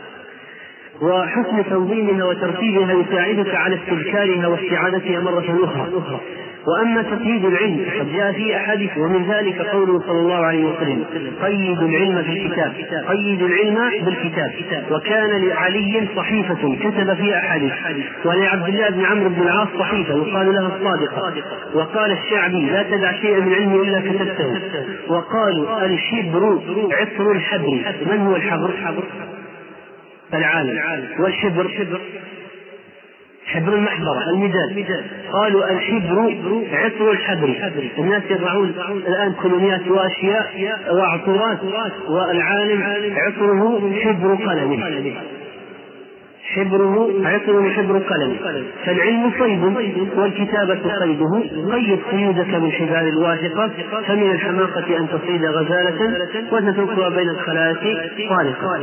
وحسن تنظيمها وترتيبها يساعدك على استذكارها واستعادتها مرة أخرى. وأما تقييد العلم فقد جاء في أحاديث، ومن ذلك قوله صلى الله عليه وسلم: قيد العلم في الكتاب، قيد العلم بالكتاب. وكان لعلي صحيفة كتب فيها أحاديث، ولعبد الله بن عمرو بن العاص صحيفة يقال لها الصادقة. وقال الشعبي: لا تدع شيئا من علمي إلا كتبته. وقالوا: الشبر عطر الحبر. من هو الحبر؟ العالم. والشبر حبر المحبرة المداد. قالوا: الحبر عطر الحبر. الناس يضعون الآن كولونيات وأشياء وعطورات، والعالم عطره حبر قلم، حبره عطر حبر قلم. فالعلم صيد والكتابة صيده، قيد قيودك من حبال الواثقة، فمن الحماقة أن تصيد غزالة وتتركها بين الخلائق طالقة.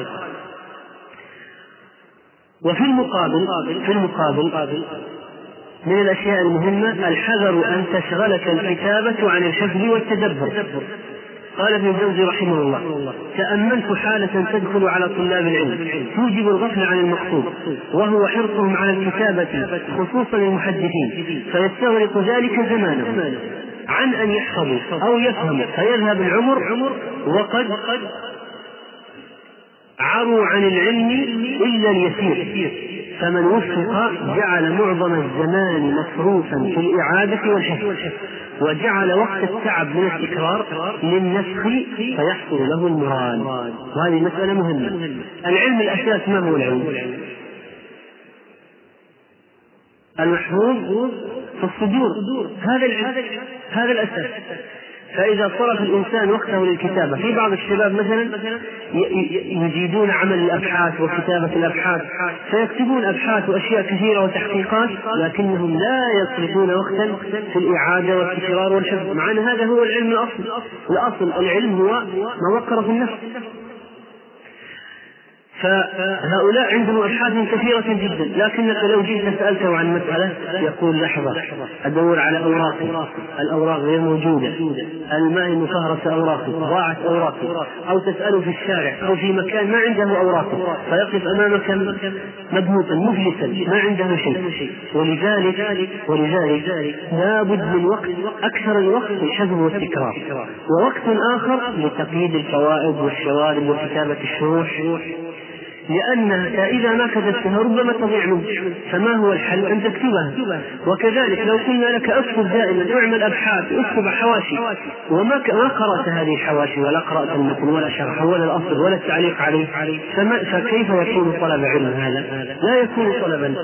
وفي المقابل من الأشياء المهمة الحذر أن تشغلك الكتابة عن الحفظ والتدبر. قال ابن الجوزي رحمه الله: تأملت حالة تدخل على طلاب العلم توجب الغفلة عن المقصود، وهو حرصهم على الكتابة خصوصا المحدثين، فيستغرق ذلك زمانهم عن أن يحفظوا أو يفهموا، فيذهب العمر وقد عروا عن العلم إلا اليسير. فمن وفق جعل معظم الزمان مصروفا في الإعادة والحفظ، وجعل وقت التعب من التكرار للنسخ فيحصل له المراد. وهذه مسألة مهمة. العلم الأساس ما هو العلم؟ المحفوظ في الصدور، هذا العلم، هذا الأساس. فإذا صرف الإنسان وقته للكتابة، في بعض الشباب مثلا يجيدون عمل الأبحاث وكتابة الأبحاث، فيكتبون أبحاث وأشياء كثيرة وتحقيقات، لكنهم لا يصرفون وقتا في الإعادة والتكرار والحفظ، مع أن هذا هو العلم الأصل. العلم هو ما وقر في النفس. فهؤلاء عندهم أبحاث كثيرة جدا، لكنك لو جئت سألته عن مسألة يقول: لحظة أدور على أوراقي، الأوراق غير موجودة، الماء مفهرس أوراقي، ضاعت أوراقي، أو تسأله في الشارع أو في مكان ما عنده أوراقه، فيقف أمامك مبهوتا مفلسا ما عنده شيء. ولذلك لا بد من وقت، أكثر الوقت للحفظ والتكرار، ووقت آخر لتقييد الفوائد والشوارب وكتابة الشروح، لأنها إذا ما كتبتها ربما تضيع منك. فما هو الحل؟ أن تكتبها. وكذلك لو قلنا لك اكتب دائما، اعمل أبحاث، اكتب حواشي، وما قرأت هذه الحواشي ولا قرأت المتن ولا شرح ولا الأصل ولا التعليق عليه، فكيف يكون طلب علم هذا؟ لا يكون طلبا.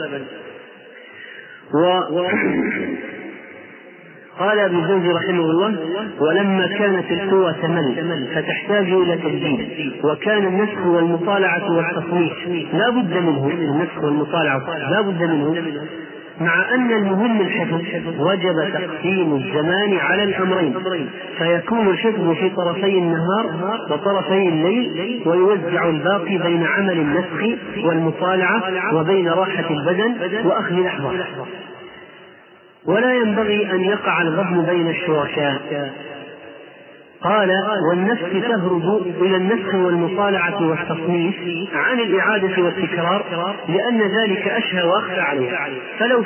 قال ابن الجوزي رحمه الله: ولما كانت القوى تمل فتحتاج إلى تجديد، وكان النسخ والمطالعة والتصنيف لا بد منه، النسخ والمطالعة لا بد منه، مع أن المهم الحفظ، وجب تقسيم الزمان على الأمرين، فيكون الحفظ في طرفي النهار وطرفي الليل، ويوزع الباقي بين عمل النسخ والمطالعة وبين راحة البدن وأخذ لحظة. ولا ينبغي أن يقع الغبن بين الشركاء. قال: والنفس تهرب إلى النسخ والمطالعة والتصنيف عن الإعادة والتكرار، لأن ذلك أشهى وأخفى عليها. فلو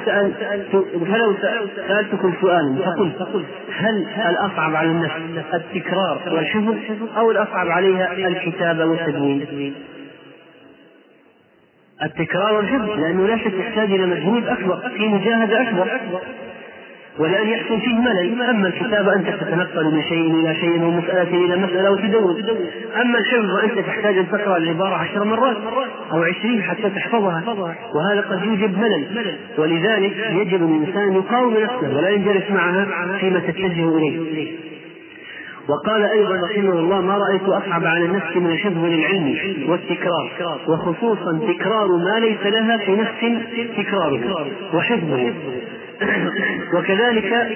سألتكم سؤالا فقلت: هل الأصعب على النفس التكرار والحفظ، أو الأصعب عليها الكتابة والتدوين؟ التكرار والحفظ، لأنه لا شك يحتاج إلى مجهود أكبر، في مجاهدة أكبر. ولأن يحصل فيه ملل. أما الكتابة أنت تتنقل من شيء إلى شيء ومن مسألة إلى مسألة وتدون. أما الحفظ أنت تحتاج أن تقرأ العبارة 10 مرات أو 20 حتى تحفظها، وهذا قد يوجب ملل، ولذلك يجب الإنسان يقاوم نفسه ولا ينجلس معها فيما تتجه إليه. وقال أيضا رحمه الله: ما رأيت أصعب على النفس من الحفظ للعلم والتكرار، وخصوصا تكرار ما ليس لها في نفس تكراره وحفظه. وكذلك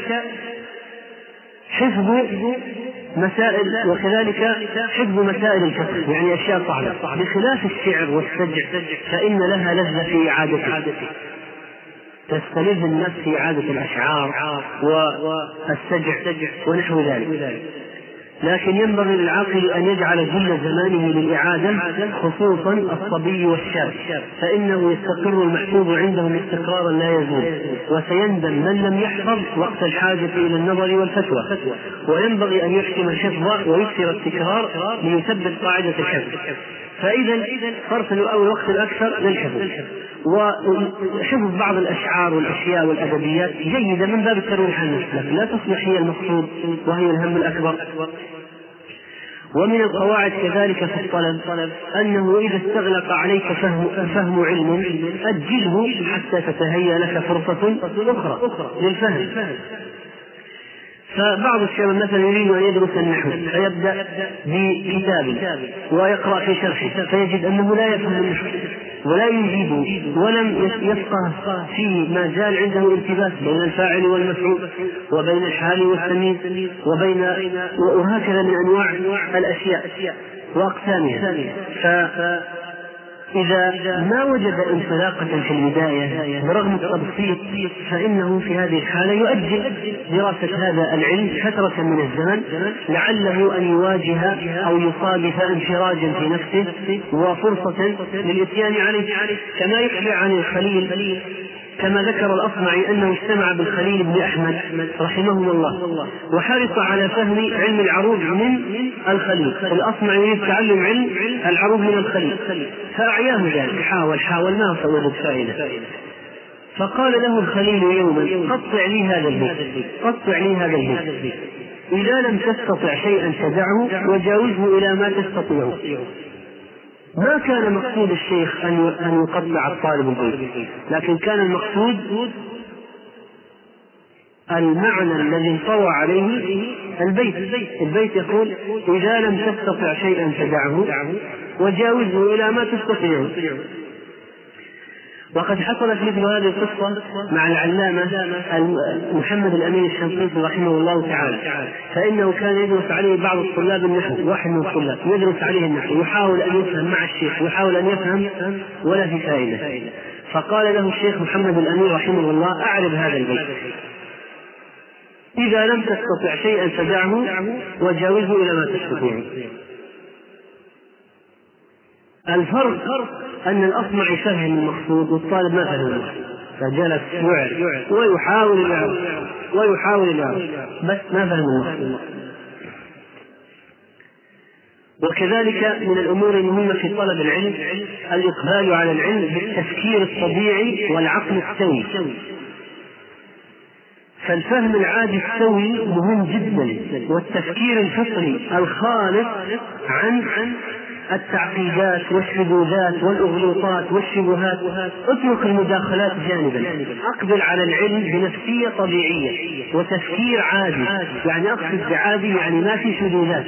حفظ مسائل الفقه، يعني أشياء صعبة، بخلاف الشعر والسجع فإن لها لذة في إعادته، تستلذ النفس في إعادة الأشعار والسجع ونحو ذلك. لكن ينبغي للعاقل أن يجعل جل زمانه للإعادة، خصوصا الصبي والشاب، فإنه يستقر المحفوظ عندهم استقرارا لا يزول، وسيندم من لم يحفظ وقت الحاجة إلى النظر والفتوى. وينبغي أن يحكم الحفظ ويكثر التكرار ليثبت قاعدة الحفظ. فإذا صرف الوقت الأكثر للحفظ، وحفظ بعض الأشعار والأشياء والأدبيات جيدة من باب الترويح عن النفس، لا تصبح هي المقصود وهي الهم الأكبر. ومن القواعد كذلك في الطلب أنه إذا استغلق عليك فهم علم أجله حتى تتهيأ لك فرصة أخرى للفهم. فبعض الشباب مثلا يريد أن يدرس النحو فيبدأ بكتاب ويقرأ في شرحه فيجد أنه لا يفهم النحو ولا يجيبه ولم يفقه فيه ما زال عنده التباس بين الفاعل والمفعول وبين الحال والتمييز وهكذا من أنواع الأشياء وأقسامها. إذا ما وجد انطلاقة في البداية برغم التبسيط فإنه في هذه الحالة يؤجل دراسة هذا العلم فترة من الزمن لعله أن يواجه أو يصادف انفراجا في نفسه وفرصة للإتيان عليه، كما يحكي عن الخليل، كما ذكر الأصمعي أنه اجتمع بالخليل بن أحمد رحمه الله وحرص على فهم علم العروض من الخليل. الأصمعي يريد تعلم علم العروض من الخليل فأعياه ذلك، حاول ما وجد فائدة. فقال له الخليل يوما: قطع لي هذا البيت، إذا لم تستطع شيئا فدعه وجاوزه إلى ما تستطيعه. ما كان مقصود الشيخ أن يقطع الطالب البيت، لكن كان المقصود المعنى الذي انطوى عليه البيت يقول: إذا لم تستطع شيئا فدعه وجاوزه إلى ما تستطيعه. وقد حصلت مثل هذه القصة مع العلامة محمد الأمين الشنقيطي رحمه الله تعالى، فإنه كان يدرس عليه بعض الطلاب النحو، واحد من الطلاب يدرس عليه النحو يحاول أن يفهم مع الشيخ ويحاول أن يفهم ولا في فائدة. فقال له الشيخ محمد الأمين رحمه الله: أعرب هذا البيت: إذا لم تستطع شيئا فدعه وجاوزه إلى ما تستطيع. الفرق أن الأصمعي فهم المقصود والطالب ما فهم المقصود، فجلس ويحاول العرض بس ما فهم المقصود. وكذلك من الأمور المهمة في طلب العلم الإقبال على العلم بالتفكير الطبيعي والعقل السوي. فالفهم العادي السوي مهم جدا، والتفكير الفطري الخالص عن التعقيدات والشذوذات والأغلوطات والشبهات. اترك المداخلات جانبا، أقبل على العلم بنفسية طبيعية وتفكير عادي، يعني أقصد بعادي يعني ما في شذوذات.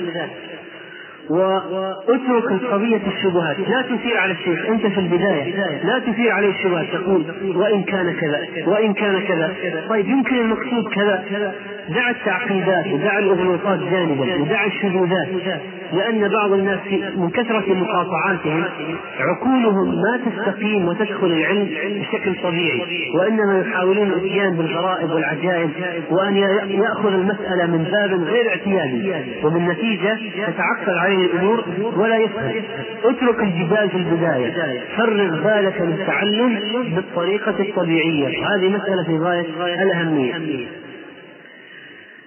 واترك القضية الشبهات، لا تثير على الشيخ أنت في البداية، لا تثير عليه الشبهات، تقول وإن كان كذا وإن كان كذا، طيب يمكن المقصود كذا. دع التعقيدات ودع الأغلوطات جانبا ودع الشذوذات، لأن بعض الناس من كثرة مقاطعاتهم عقولهم ما تستقيم وتدخل العلم بشكل طبيعي، وإنما يحاولون الإتيان بالغرائب والعجائب وأن يأخذ المسألة من باب غير اعتيادي، وبالنتيجة تتعقل عليه الأمور ولا يفهم. اترك الجدال في البداية، فرغ بالك للتعلم بالطريقة الطبيعية، هذه مسألة في غاية الأهمية.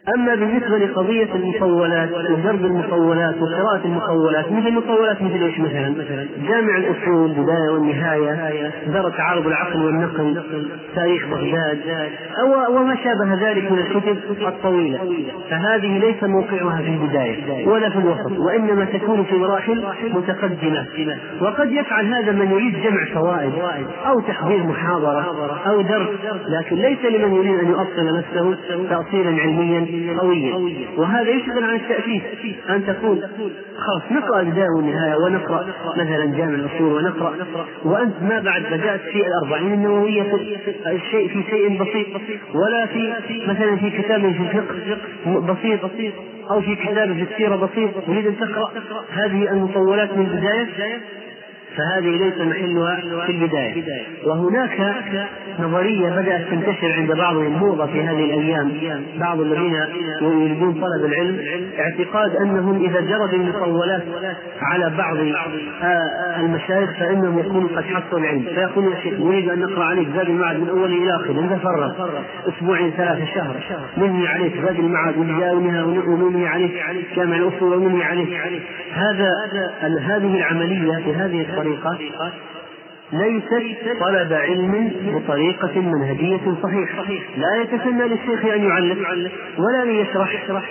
أما بالنسبة لقضية المطولات وضرب المطولات وقراءة المطولات، مثل المطولات مثل إيش مثلا؟ جامع الأصول، بداية والنهاية، درء تعارض العقل والنقل، تاريخ بغداد، وما شابه ذلك من الكتب الطويلة، فهذه ليس موقعها في البداية ولا في الوسط، وإنما تكون في مراحل متقدمة. وقد يفعل هذا من يريد جمع فوائد أو تحضير محاضرة أو درس، لكن ليس لمن يريد أن يؤصل نفسه تأصيلا علميا قويا. وهذا يشغل عن التأسيس، أن تقول خلاص نقرأ البداية والنهاية ونقرأ مثلا جامع الأصول ونقرأ، وأنت ما بعد بدأت في الأربعين النووية في شيء بسيط، ولا في مثلا في كتاب في الفقه بسيط أو في كتاب في السيرة بسيط، تريد أن تقرأ هذه المطولات من البداية، فهذه ليس محلها في البداية. وهناك نظرية بدأت تنتشر عند بعضهم، موضة في هذه الأيام، بعض الذين يريدون طلب العلم، اعتقاد أنهم إذا جرد المطولات على بعض المشايخ فإنهم يكونوا قد حصلوا العلم، فيقول يا شيخ نريد أن نقرأ عليك زاد المعاد من أوله إلى آخره، إذا فرغ أسبوعين 3 شهر ننهي عليك زاد المعاد وننهي عليك جامع الأصول وننهي عليك. هذه العملية في هذه الطريقة ليست طلب علم بطريقة منهجية صحيحة، لا يتسنى للشيخ أن يعلم ولا ليشرح،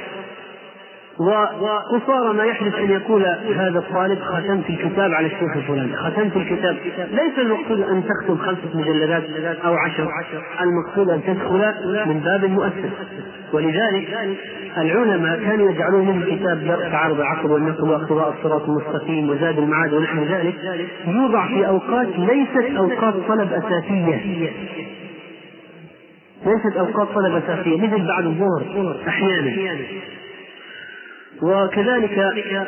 وقصارى ما يحدث أن يقول هذا الطالب ختمت الكتاب على الشيخ الفلاني، ختمت الكتاب. ليس المقصود أن تختم 5 مجلدات أو 10، المقصود أن تدخل من باب المؤسس. ولذلك العلماء كانوا يجعلون من الكتاب درء تعارض العقل والنقل واقتضاء الصراط المستقيم وزاد المعاد ونحو ذلك، يوضع في أوقات ليست أوقات طلب أساسية، مثل بعد الظهر أحيانا، وكذلك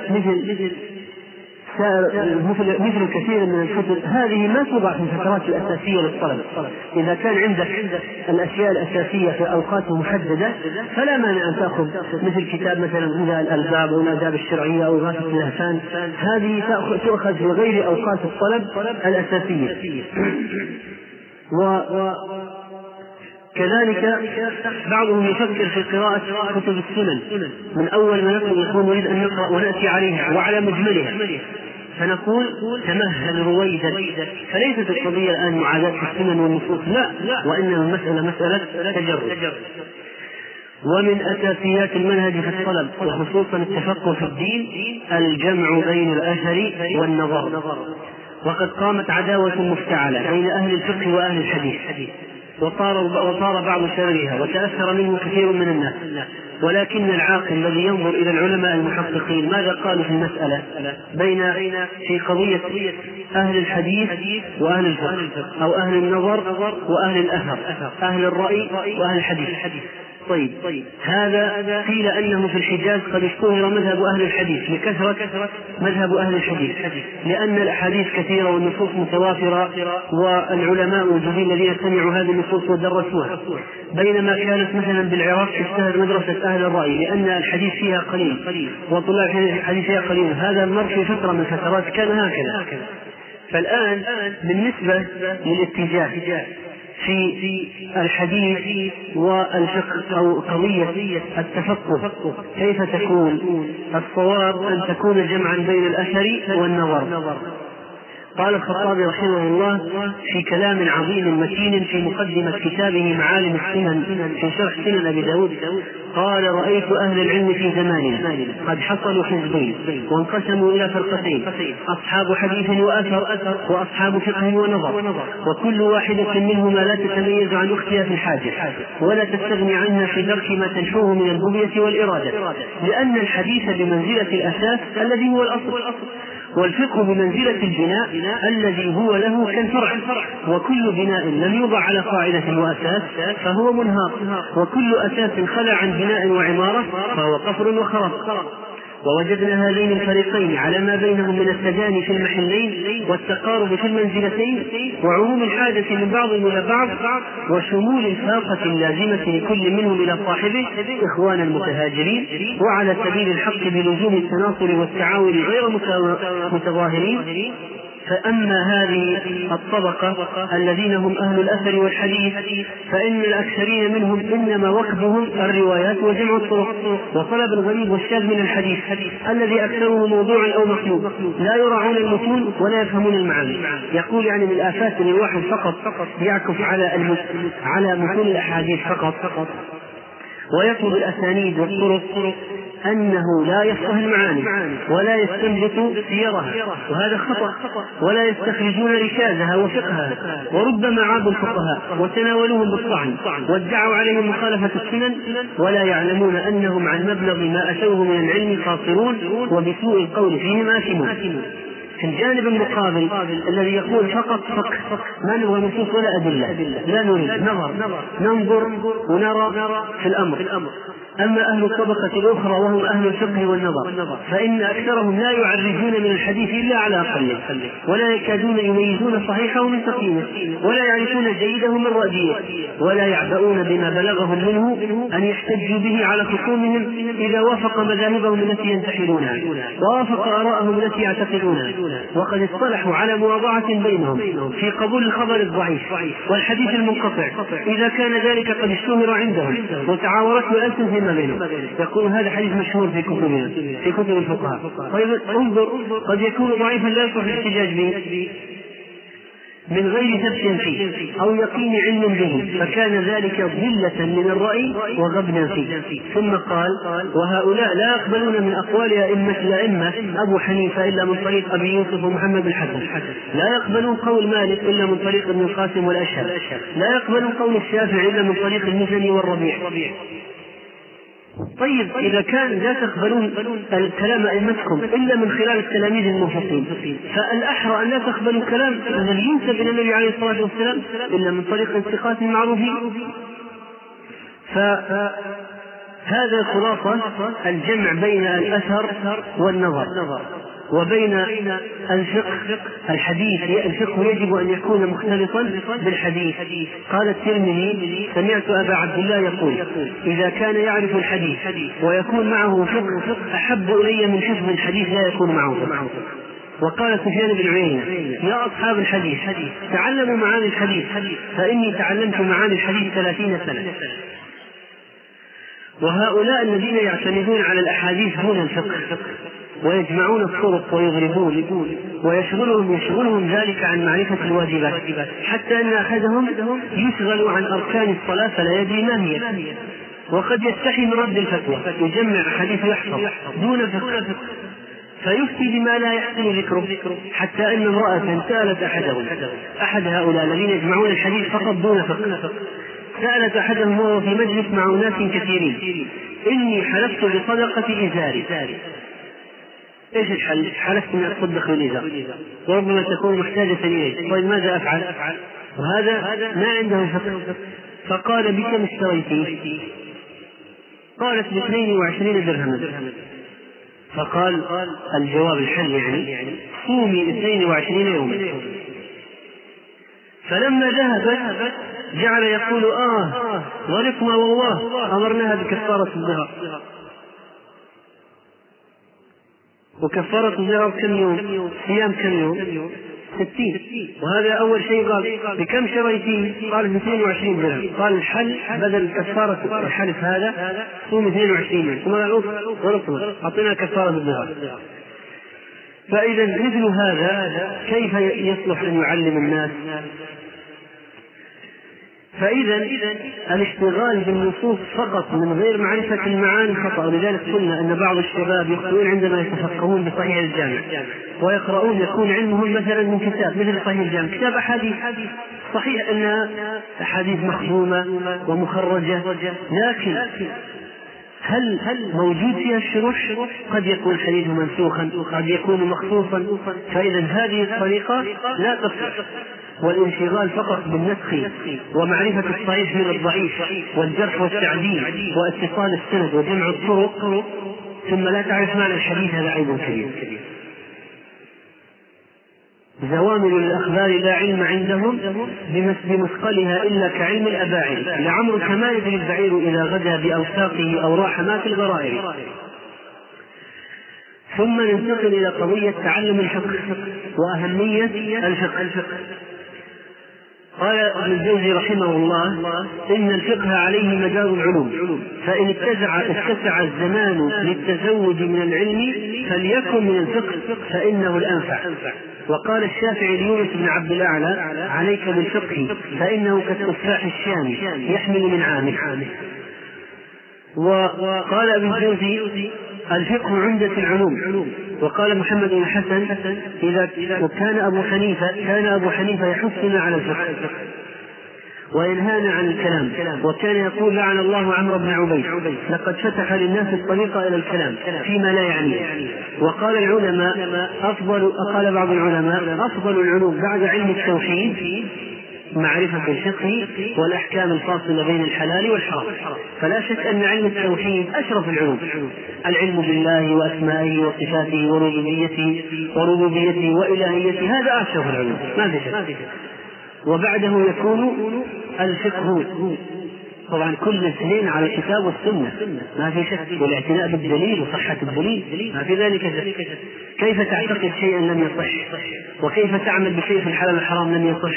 مثل كثير من الكتب هذه ما توضع في الفترات الأساسية للطلب. إذا كان عندك الأشياء الأساسية في أوقات محددة فلا مانع أن تأخذ مثل كتاب مثلا إذا الألباب أو الآداب الشرعية أو غاثة اللهفان، هذه تؤخذ في غير أوقات الطلب الأساسية. كذلك بعضهم يفكر في قراءة كتب السنن من أول ما يكون نريد أن نقرأ ونأتي عليها وعلى مجملها، فنقول تمهل رويدا. فليست القضية الآن معاداة السنن والنصوص، لا، وإنما مسألة تجرد. ومن أساسيات المنهج في الطلب وخصوصا التفقه في الدين الجمع بين الأثر والنظر، وقد قامت عداوة مفتعلة بين أهل الفقه وأهل الحديث، وطار بعض شررها وتأثر منه كثير من الناس. ولكن العاقل الذي ينظر إلى العلماء المحققين ماذا قالوا في المسألة في قضية أهل الحديث وأهل الفقه، أو أهل النظر وأهل الأثر، أهل الرأي وأهل الحديث. طيب هذا قيل أنه في الحجاز قد اشتهر مذهب أهل الحديث لكثرة مذهب أهل الحديث، لأن الأحاديث كثيرة والنصوص متوافرة والعلماء الجديد الذين سمعوا هذه النصوص ودرسوها. بينما كانت مثلا بالعراق تشتهر مدرسة أهل الرأي لأن الحديث فيها قليل وطلاب الحديث فيها قليل. هذا المر في فترة من الفترات كان هكذا. فالآن بالنسبة للاتجاه في الحديث والفقه أو قضية التفقه كيف تكون؟ الصواب أن تكون جمعا بين الأثر والنظر. قال الخطابي رحمه الله في كلام عظيم متين في مقدمة كتابه معالم السنن في شرح سنن أبي داود، قال: رأيت أهل العلم في زماننا قد حصلوا حزبين وانقسموا إلى فرقتين، أصحاب حديث وأثر وأصحاب فقه ونظر، وكل واحدة منهما لا تتميز عن أختها في الحاجة ولا تستغني عنها في درك ما تنشوه من البغية والإرادة، لأن الحديث بمنزلة الأساس الذي هو الأصل، والفقه بمنزلة البناء الذي هو له كالفرع، وكل بناء لم يوضع على قاعدة وأساس فهو منهار، وكل أساس خلى عن بناء وعمارة فهو قفر وخراب. ووجدنا هذين الفريقين على ما بينهم من التجاني في المحلين والتقارب في المنزلتين وعموم الحاجة من بعضهم إلى بعض وشمول الفاقة اللازمة لكل منهم إلى صاحبه إخوانا متهاجرين، وعلى سبيل الحق بلزوم التناصر والتعاون غير متظاهرين. فأما هذه الطبقة الذين هم أهل الأثر والحديث فإن الأكثرين منهم إنما وكبهم الروايات وجمع الطرق وطلب الغريب والشاذ من الحديث الذي أكثره موضوعا أو مخلوق، لا يراعون المتون ولا يفهمون المعاني. يقول يعني من الآفات أن الواحد فقط يعكف على متون الأحاديث فقط ويطلب الأسانيد والطرق أنه لا يفقه المعاني ولا يستنبط سيرها، وهذا خطأ، ولا يستخرجون ركازها وفقهها. وربما عابوا الفقهاء وتناولوهم بالطعن وادعوا عليهم مخالفة السنن ولا يعلمون أنهم عن مبلغ ما أتوه من العلم قاصرون وبسوء القول فيهم آثمون. في الجانب المقابل الذي يقول فقط ما نبغى نصوص ولا أدلة، لا نريد، ننظر ونرى في الأمر. أما أهل الطبقة الأخرى وهم أهل الفقه والنظر فإن أكثرهم لا يعرفون من الحديث إلا على أقله، ولا يكادون يميزون صحيحه من سقيمه، ولا يعرفون جيده من رديئه، ولا يعبؤون بما بلغهم منه أن يحتجوا به على خصومهم إذا وافق مذاهبهم التي ينتحلونها ووافق آراءهم التي يعتقدونها. وقد اصطلحوا على مواضعة بينهم في قبول الخبر الضعيف والحديث المنقطع إذا كان ذلك قد اشتهر عندهم وتعاورته الألسن فيما بينهم. يقول هذا حديث مشهور في كتبنا في كتب الفقهاء. طيب انظر، قد يكون ضعيفا لا يصح الاحتجاج به من غير ثبت فيه أو يقين علم به، فكان ذلك ضلة من الرأي وغبنا فيه. ثم قال وهؤلاء لا يقبلون من أقوال الأئمة أبو حنيفة إلا من طريق أبي يوسف ومحمد بن حسن، لا يقبلون قول مالك إلا من طريق ابن القاسم والأشهر، لا يقبلون قول الشافعي إلا من طريق المزني والربيع. طيب إذا كان لا تقبلون الكلام أئمتكم إلا من خلال التلاميذ الموثوقين، فالأحرى أن لا تقبلوا كلام الذي ينسب إلى النبي عليه الصلاة والسلام إلا من طريق الثقات المعروفين. فهذا خلاصة الجمع بين الأثر والنظر وبين الفقه. الحديث الفقه يجب أن يكون مختلطا بالحديث. قال الترمذي سمعت أبا عبد الله يقول إذا كان يعرف الحديث ويكون معه فقه أحب إلي من حفظ الحديث لا يكون معه فقه. وقال سفيان بن عيينة يا أصحاب الحديث تعلموا معاني الحديث فإني تعلمت معاني الحديث 30 سنة. وهؤلاء الذين يعتمدون على الأحاديث دون الفقه ويجمعون الطرق ويضربون ويشغلهم ذلك عن معرفة الواجبات، حتى أن أحدهم يشغل عن أركان الصلاة فلا يدري ما هي، وقد يستحي من رد الفتوى، يجمع حديث يحفظ دون فقه فيفتي بما لا يحسن ذكره، حتى أن امرأة سألت أحد هؤلاء الذين يجمعون الحديث فقط دون فقه، سألت أحدهم وهو في مجلس مع أناس كثيرين إني حلفت بصدقة إزاري. إيش الحل؟ حلفت أن أصدق بالإزار وربما تكون محتاجة إليه. طيب ماذا أفعل؟ وهذا ما عنده فقه. فقال بكم اشتريتيه؟ قالت ب22 درهما. فقال الجواب الحل يعني صومي 22 يوما. فلما ذهبت جعل يقول غلطنا والله أمرناها بكفارة الظهر. وكفارة الظهر كم يوم؟ صيام كم يوم؟ 60. وهذا أول شيء قال بكم شريتيه؟ قال 22 درهم. قال الحل بدل كفارة الحلف هذا صوم 22 يوم. ثم غلطنا أعطينا كفارة الظهر. فإذا مثل هذا كيف يصلح أن يعلم الناس؟ فإذا الاشتغال بالنصوص فقط من غير معرفة المعاني خطأ. ولذلك قلنا أن بعض الشباب يخطئون عندما يتفقهون بصحيح الجامع ويقرؤون يكون علمهم مثلا من كتاب مثل صحيح الجامع، كتاب أحاديث صحيح أنها أحاديث مخزومة ومخرجة، لكن هل موجود فيها الشروح؟ قد يكون حديث منسوخا، قد يكون مخصوصا. فإذا هذه الطريقة لا تصلح. والانشغال فقط بالنسخ ومعرفة الصحيح من الضعيف والجرح والتعديل واتصال السند وجمع الطرق ثم لا تعرف معنى الحديث هذا عيب كبير. زوامل الأخبار لا علم عندهم بمثقلها إلا كعلم الأباعر، لعمرك ما يدري البعير إذا غدا بأوساقه أو راح ما في الغرائر. ثم ننتقل إلى قضية تعلم الفقه وأهمية الفقه. قال ابن الجوزي رحمه الله: إن الفقه عليه مدار العلوم، فإن اتسع الزمان للتزود من العلم فليكن من الفقه فإنه الأنفع. وقال الشافعي ليونس بن عبد الأعلى: عليك بالفقه فإنه كالتفاح الشامي يحمل من عامه. وقال ابن الجوزي: الفقه عمدة العلوم. وقال محمد بن الحسن: كان أبو حنيفة يحثنا على الفقه وينهانا عن الكلام، وكان يقول: لعن الله عمرو بن عبيد، لقد فتح للناس الطريق إلى الكلام فيما لا يعنيه. وقال بعض العلماء: أفضل العلوم بعد علم التوحيد معرفة الفقه والأحكام الفاصلة بين الحلال والحرام. فلا شك أن علم التوحيد أشرف العلوم، العلم بالله وأسمائه وصفاته وربوبيته وإلهيته، هذا أشرف العلوم ما في شك. وبعده يكون الفقه، طبعا كل اثنين على الكتاب والسنة ما في شك، والاعتناء بالدليل وصحة الدليل ما في ذلك شك. كيف تعتقد شيئا لم يصح، وكيف تعمل بشيء في الحلال والحرام لم يصح.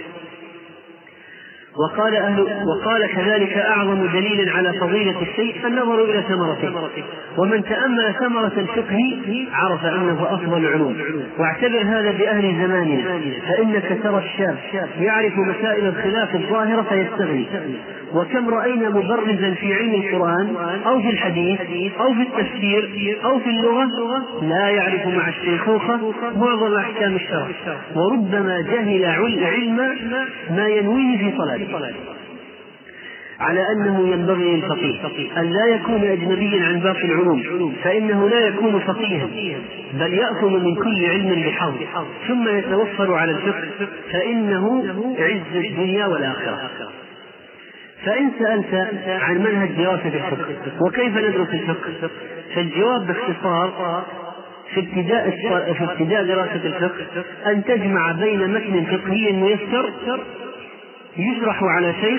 وقال كذلك: أعظم دليل على فضيلة الشيء النظر إلى ثمرته، ومن تأمل ثمرة الفقه عرف أنه أفضل العلوم. واعتبر هذا بأهل زماننا، فإنك ترى الشاب يعرف مسائل الخلاف الظاهرة فيستغني، وكم رأينا مبرزا في علم القرآن أو في الحديث أو في التفسير أو في اللغة لا يعرف مع الشيخوخة معظم أحكام الشرع، وربما جهل علم ما ينويه في صلاته. على أنه ينبغي للفقيه أن لا يكون أجنبيا عن باقي العلوم، فإنه لا يكون فقيها بل يأخذ من كل علم بحظ، ثم يتوفر على الفقه فإنه عز الدنيا والآخرة. فإن سألت عن منهج دراسة الفقه وكيف ندرس الفقه، فالجواب باختصار في ابتداء دراسة الفقه أن تجمع بين متن فقهي ميسر يشرح على شيخ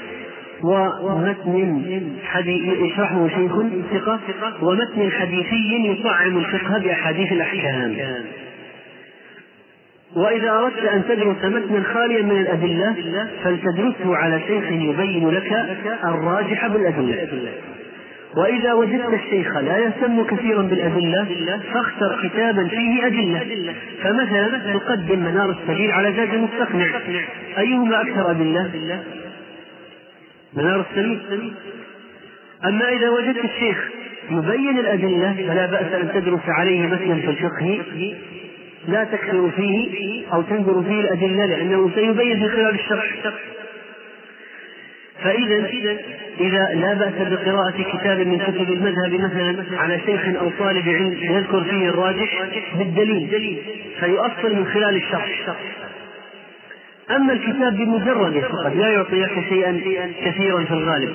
ومتن يشرحه شيخ ثقة ومتن حديثي يطعم الفقه بأحاديث الأحكام. وإذا أردت أن تدرس متنا خاليا من الأدلة فلتدرسه على شيخ يبين لك الراجح بالأدلة. وإذا وجدت الشيخ لا يهتم كثيرا بالأدلة فاختر كتابا فيه أدلة، فمثلا تقدم منار السبيل على زاد المستقنع، أيهما أكثر أدلة؟ منار السبيل. أما إذا وجدت الشيخ يبين الأدلة فلا بأس أن تدرس عليه مثلا في الفقه لا تكثر فيه أو تنظر فيه الأدلة، لأنه سيبين في خلال الشرح. إذا لا بأس بقراءة كتاب من كتب المذهب مثلا على شيخ أو طالب علم يذكر فيه الراجح بالدليل فيؤثر من خلال الشرح. أما الكتاب بمجرد فقط لا يعطيك شيئا كثيرا في الغالب.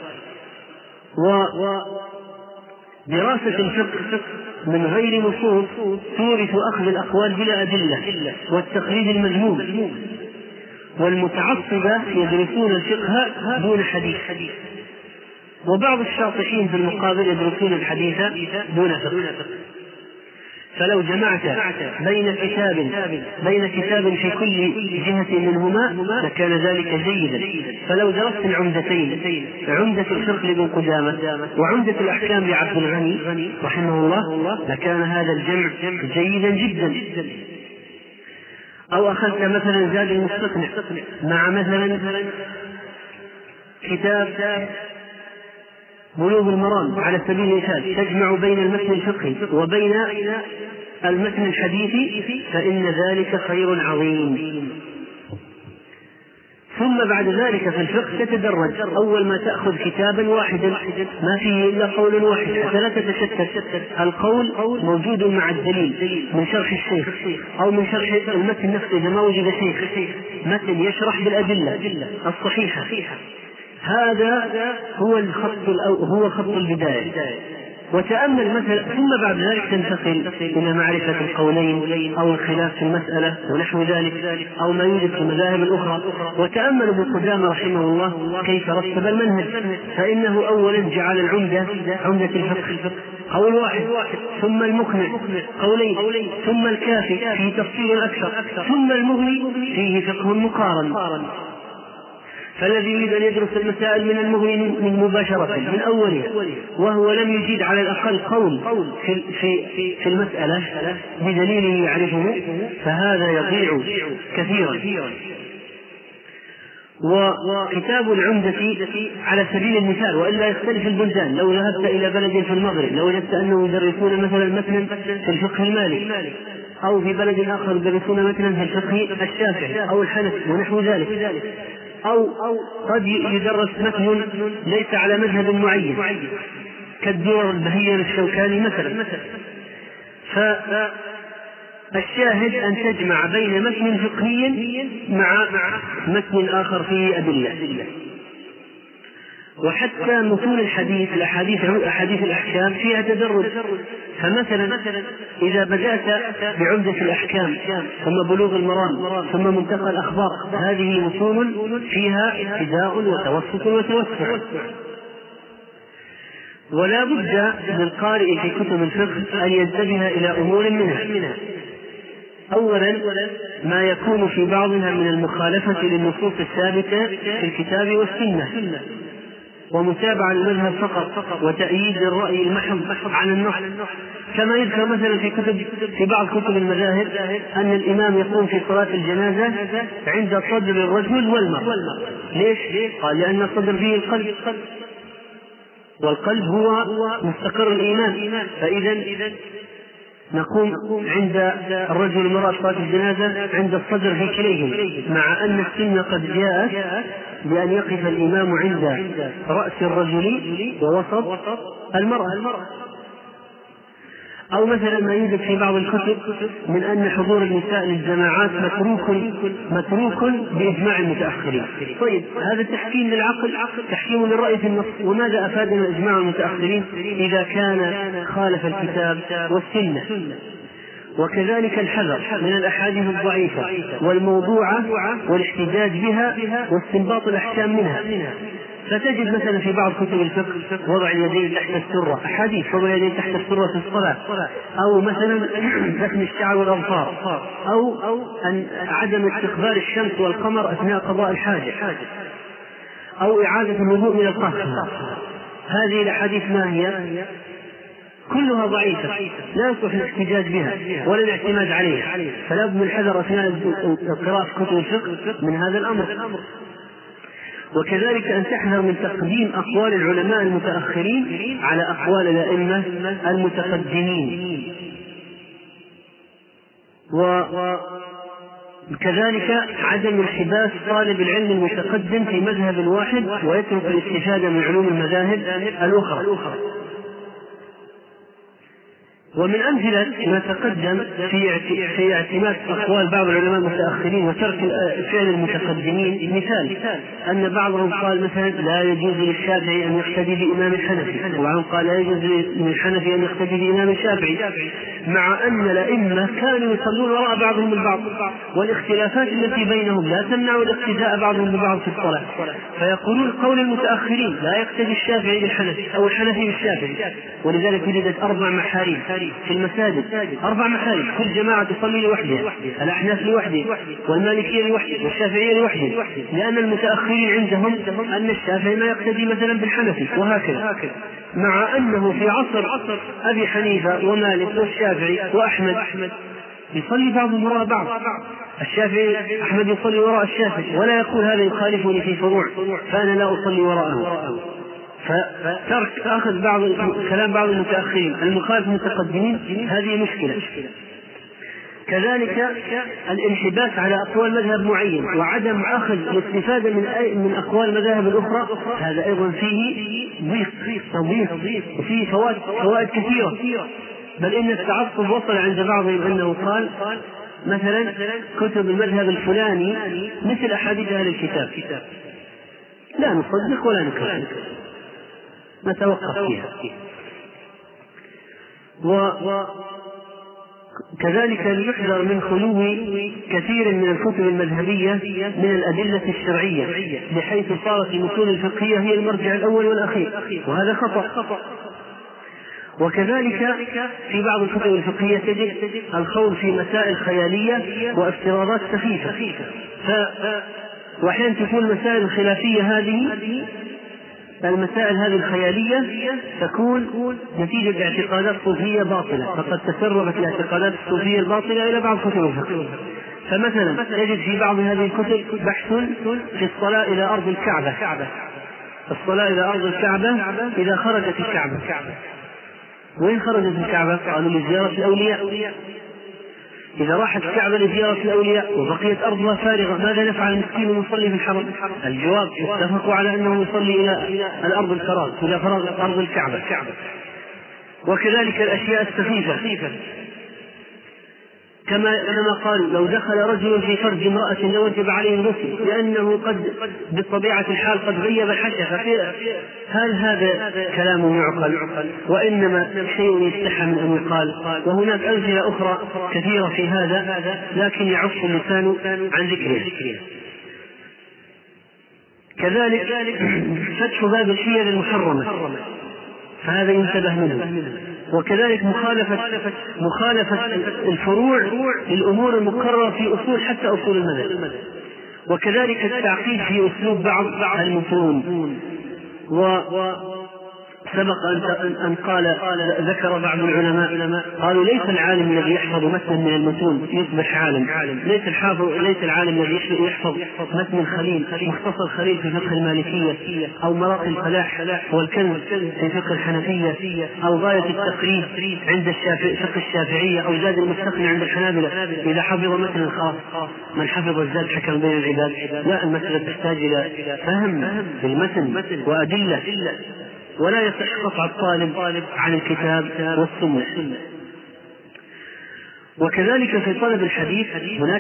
ودراسة الفقه من غير نصوص تورث أخذ الأقوال بلا أدلة والتقليد المذموم، والمتعصبة يدرسون الفقه دون حديث، وبعض الشاطحين في المقابل يدرسون الحديث دون فقه. فلو جمعت بين كتاب في كل جهة منهما لكان ذلك جيدا. فلو درست العمدتين، عمدة الفقه لابن قدامة وعمدة الأحكام لعبد الغني رحمه الله، لكان هذا الجمع جيدا جدا. أو أخذت مثلا زاد المستقنع مع مثلا كتاب بلوغ المرام على سبيل المثال، تجمع بين المتن الفقهي وبين المتن الحديثي، فإن ذلك خير عظيم. ثم بعد ذلك في الفقه تتدرج، أول ما تأخذ كتابا واحدا ما فيه إلا قول واحد حتى لا تتشتت. القول موجود مع الدليل من شرح الشيخ أو من شرح المتن نفسه إذا ما وجد شيخ متن يشرح بالأدلة الصحيحة. هذا هو خط البداية. وتأمل مثلا، ثم بعد ذلك تنتقل إلى معرفة القولين أو الخلاف في المسألة ونحو ذلك أو ما يوجد في المذاهب الأخرى. وتأمل ابن قدامة رحمه الله كيف رتب المنهج، فإنه أولا جعل عمدة الفقه قول واحد، ثم المقنع قولين، ثم الكافي فيه تفصيل أكثر، ثم المغني فيه فقه مقارن. فالذي يريد أن يدرس المسائل من المغني من مباشرة من أولها وهو لم يجد على الأقل قول في المسألة بدليل يعرفه فهذا يضيع كثيرا. وكتاب العمدة على سبيل المثال، وإلا يختلف البلدان، لو ذهبت إلى بلد في المغرب لو وجدت أنه يدرسون مثلا متنا في الفقه المالي، أو في بلد آخر يدرسون متنا في الفقه الشافعي أو الحنفي ونحو ذلك، أو قد يدرس متن ليس على مذهب معين كالدرر البهية للشوكاني مثلا. فالشاهد أن تجمع بين متن فقهي مع متن آخر فيه أدلة. وحتى متون الحديث أحاديث الأحكام فيها تدرج. فمثلا إذا بدأت بعمدة الأحكام ثم بلوغ المرام ثم منتقى الأخبار، هذه متون فيها ابتداء وتوسط وتوسع. ولا بد للقارئ في كتب الفقه أن ينتبه إلى أمور منها. أولا ما يكون في بعضها من المخالفة للنصوص الثابتة في الكتاب والسنة، ومتابعة المذهب فقط، وتأييد الرأي المحض عن النص. كما يذكر مثلا في بعض كتب المذاهب أن الإمام يقوم في صلاة الجنازة عند صدر الرجل والمرأة. ليش؟ قال لأن الصدر فيه القلب، والقلب هو مستقر الإيمان، فإذا نقوم عند الرجل والمرأة صلاة الجنازة عند الصدر في كليهم، مع أن السنة قد جاءت بأن يقف الإمام عند رأس الرجل ووسط المرأة. أو مثلا ما يوجد في بعض الكتب من أن حضور النساء للجماعات متروك بإجماع المتأخرين. طيب هذا تحكيم للعقل، تحكيم للرأي في النص. وماذا أفادنا إجماع المتأخرين إذا كان خالف الكتاب والسنة؟ وكذلك الحذر من الأحاديث الضعيفة والموضوعة والاحتجاج بها واستنباط الأحكام منها. فتجد مثلا في بعض كتب الفقه وضع اليدين تحت السرة، أحاديث وضع اليدين تحت السرة في الصلاة، أو مثلا دفن الشعر والأظفار، أو أن عدم استقبال الشمس والقمر أثناء قضاء الحاجة، أو إعادة الوضوء من القهوة. هذه الأحاديث ما هي؟ كلها ضعيفة لا يصلح الاحتجاج بها ولا الاعتماد عليها. فلا بد من الحذر أثناء قراءة كتب الفقه من هذا الأمر. وكذلك أن تحذر من تقديم أقوال العلماء المتأخرين على أقوال الأئمة المتقدمين. وكذلك عدم انحباس طالب العلم المتقدم في مذهب واحد ويترك الاستفادة من علوم المذاهب الأخرى. ومن أمثلة ما تقدم في اعتماد أقوال بعض العلماء المتأخرين وترك فعل المتقدمين، مثال أن بعضهم قال مثلا لا يجوز للشافعي أن يقتدي بإمام الحنفي، وبعضهم قال لا يجوز للحنفي أن يقتدي بإمام الشافعي، مع أن الأئمة كانوا يصلون وراء بعضهم البعض، والاختلافات التي بينهم لا تمنع الاقتداء بعضهم ببعض في الصلاة. فيقولون قول المتأخرين لا يقتدي الشافعي بالحنفي أو الحنفي بالشافعي. ولذلك وجدت 4 محاريم في المساجد، 4 محارم، كل جماعة تصلي لوحدها، الأحناف لوحده والمالكية لوحده والشافعية لوحده، لأن المتأخرين عندهم أن الشافعي ما يقتدي مثلا بالحنفي وهكذا، مع أنه في عصر أبي حنيفة ومالك والشافعي وأحمد يصلي بعضهم وراء بعض. الشافعي أحمد يصلي وراء الشافعي ولا يقول هذا يخالفني في فروع فأنا لا أصلي وراءه. فترك أخذ كلام بعض المتأخرين المخالف المتقدمين هذه مشكلة. كذلك الانحباس على أقوال مذهب معين وعدم أخذ الاستفادة من أقوال مذاهب الأخرى، هذا أيضا فيه ضيق وفيه فوائد كثيرة. بل إن التعصب وصل عند بعضهم أنه قال مثلا كتب المذهب الفلاني مثل أحاديث أهل الكتاب، لا نصدق ولا نكذب، نتوقف فيها. وكذلك ليحذر من خلو كثير من الكتب المذهبية من الأدلة الشرعية، بحيث صارت المتون الفقهية هي المرجع الأول والأخير، وهذا خطأ. وكذلك في بعض الكتب الفقهية تجد الخوض في مسائل خيالية وافتراضات سخيفة، وأحيانا تكون المسائل الخلافية المسائل هذه الخيالية تكون نتيجة اعتقادات صوفية باطلة، فقد تسربت الاعتقادات الصوفية الباطلة إلى بعض كتب الفقه. فمثلا تجد في بعض هذه الكتب بحث في الصلاة إلى أرض الكعبة، الصلاة إلى أرض الكعبة إذا خرجت الكعبة. وين خرجت الكعبة؟ قالوا لزيارة الأولياء. إذا راحت الكعبة لزيارة الأولياء وبقيت أرضها فارغة، ماذا نفعل المسكين المصلي في الحرم؟ الجواب: اتفقوا على أنه يصلي إلى الأرض الفراغ، إلى فراغ أرض الكعبة. وكذلك الأشياء السخيفة، كما قالوا: لو دخل رجل في فرج امرأة لوجب عليه الغسل، لأنه قد بطبيعة الحال قد غيب الحشفة. هل هذا كلام يعقل؟ وإنما شيء يستحى من أن يقال. وهناك أمثلة أخرى كثيرة في هذا، لكن يعف اللسان عن ذكرها. كذلك فتح باب الحيل المحرمة، فهذا ينتبه منه. وكذلك مخالفة الفروع للأمور المقررة في أصول، حتى أصول المذهب. وكذلك التعقيد في أسلوب بعض المتون. سبق أن ذكر بعض العلماء قالوا: ليس العالم الذي يحفظ متنا من المتون يصبح عالم، ليس العالم الذي يحفظ متن الخليل، مختصر خليل في فقه المالكية، أو مراقي الفلاح والكنز في فقه الحنفية، أو غاية التقريب عند فقه الشافعية، أو زاد المستقنع عند الحنابلة. إذا حفظ متن خاص، من حفظ الزاد حكم بين العباد. لا، المسألة تحتاج إلى فهم بالمتن وأدلة، ولا يصح قطع الطالب عن الكتاب والسنة. وكذلك في طلب الحديث هناك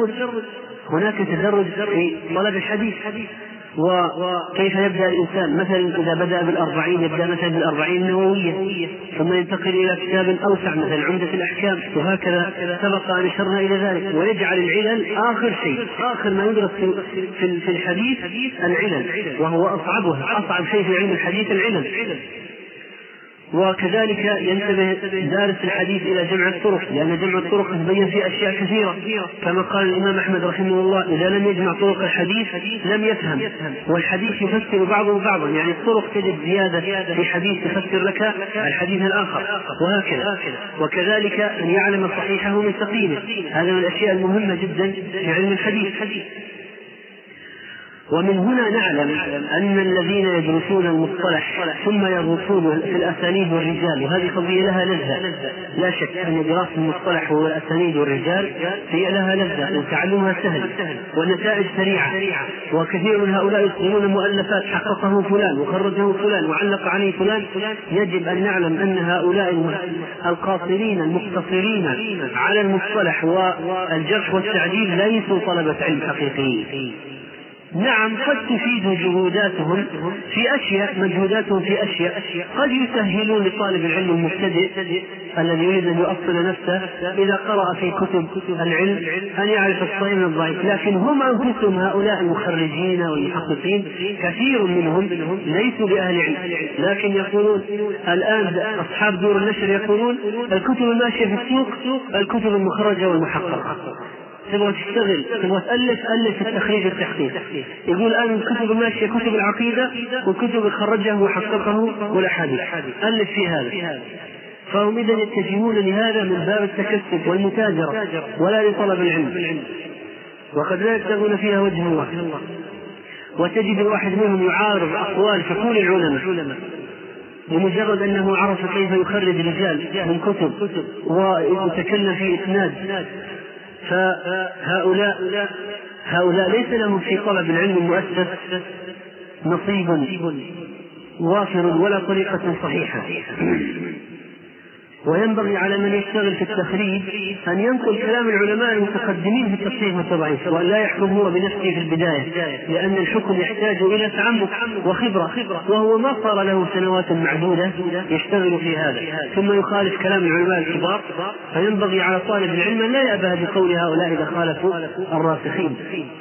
تدرج في طلب الحديث. وكيف يبدأ الإنسان؟ مثلا إذا بدأ بال40 يبدأ مثلا بال40 النووية، ثم ينتقل إلى كتاب أوسع مثل عمدة الأحكام، وهكذا سبق أن أشرنا إلى ذلك. ويجعل العلل آخر شيء، آخر ما يدرس في الحديث العلل، وهو أصعب شيء في علم الحديث العلل. وكذلك ينتبه دارس الحديث إلى جمع الطرق، لأن جمع الطرق يتبين في أشياء كثيرة، كما قال الإمام أحمد رحمه الله: إذا لم يجمع طرق الحديث لم يفهم. والحديث يفسر بعضه بعضا، يعني الطرق تجد زيادة في حديث تفسر لك الحديث الآخر، وهكذا. وكذلك أن يعلم صحيحه من سقيمه، هذا من الأشياء المهمة جدا في علم الحديث. ومن هنا نعلم أن الذين يدرسون المصطلح ثم يغوصون في الأسانيد والرجال، وهذه قضية لها لذة، لا شك أن دراسة المصطلح والأسانيد والرجال هي لها لذة، وتعلمها سهل والنتائج سريعة. وكثير من هؤلاء يصدرون مؤلفات حققه فلان وخرجه فلان وعلق عليه فلان. يجب أن نعلم أن هؤلاء القاصرين المقتصرين على المصطلح والجرح والتعديل ليسوا طلبة علم حقيقيين. نعم، قد تفيد جهوداتهم في أشياء، مجهوداتهم في أشياء قد يسهلون لطالب العلم المبتدئ الذي يريد أن يؤصل نفسه إذا قرأ في كتب العلم أن يعرف الصحيح من الضعيف. لكن هم أنفسهم هؤلاء المخرجين والمحققين كثير منهم ليسوا بأهل علم، لكن يقولون الآن أصحاب دور النشر يقولون الكتب الماشية في السوق الكتب المخرجة والمحققة. تبغى تشتغل، تبغى تألف التخريج والتحقيق. يقول الآن الكتب الماشية كتب العقيدة وكتب خرجه وحققه والأحاديث، ألف في هذا. فهم إذن يتجهون لهذا من باب التكسب والمتاجرة ولا لطلب العلم، وقد لا يبتغون فيها وجه الله. وتجد الواحد منهم يعارض أقوال فقول العلماء لمجرد أنه عرف كيف يخرج رجال من كتب ويتكلم في إسناد. فهؤلاء ليس لهم في طلب العلم المؤسس نصيب وافر ولا طريقة صحيحة. وينبغي على من يشتغل في التخريج أن ينقل كلام العلماء المتقدمين في التصحيح والتضعيف، وأن لا يحكم هو بنفسه في البداية، لأن الحكم يحتاج إلى تعمق وخبرة، وهو ما صار له سنوات معدودة يشتغل في هذا ثم يخالف كلام العلماء الكبار. فينبغي على طالب العلم أن لا يأبه بقول هؤلاء إذا خالفوا الراسخين.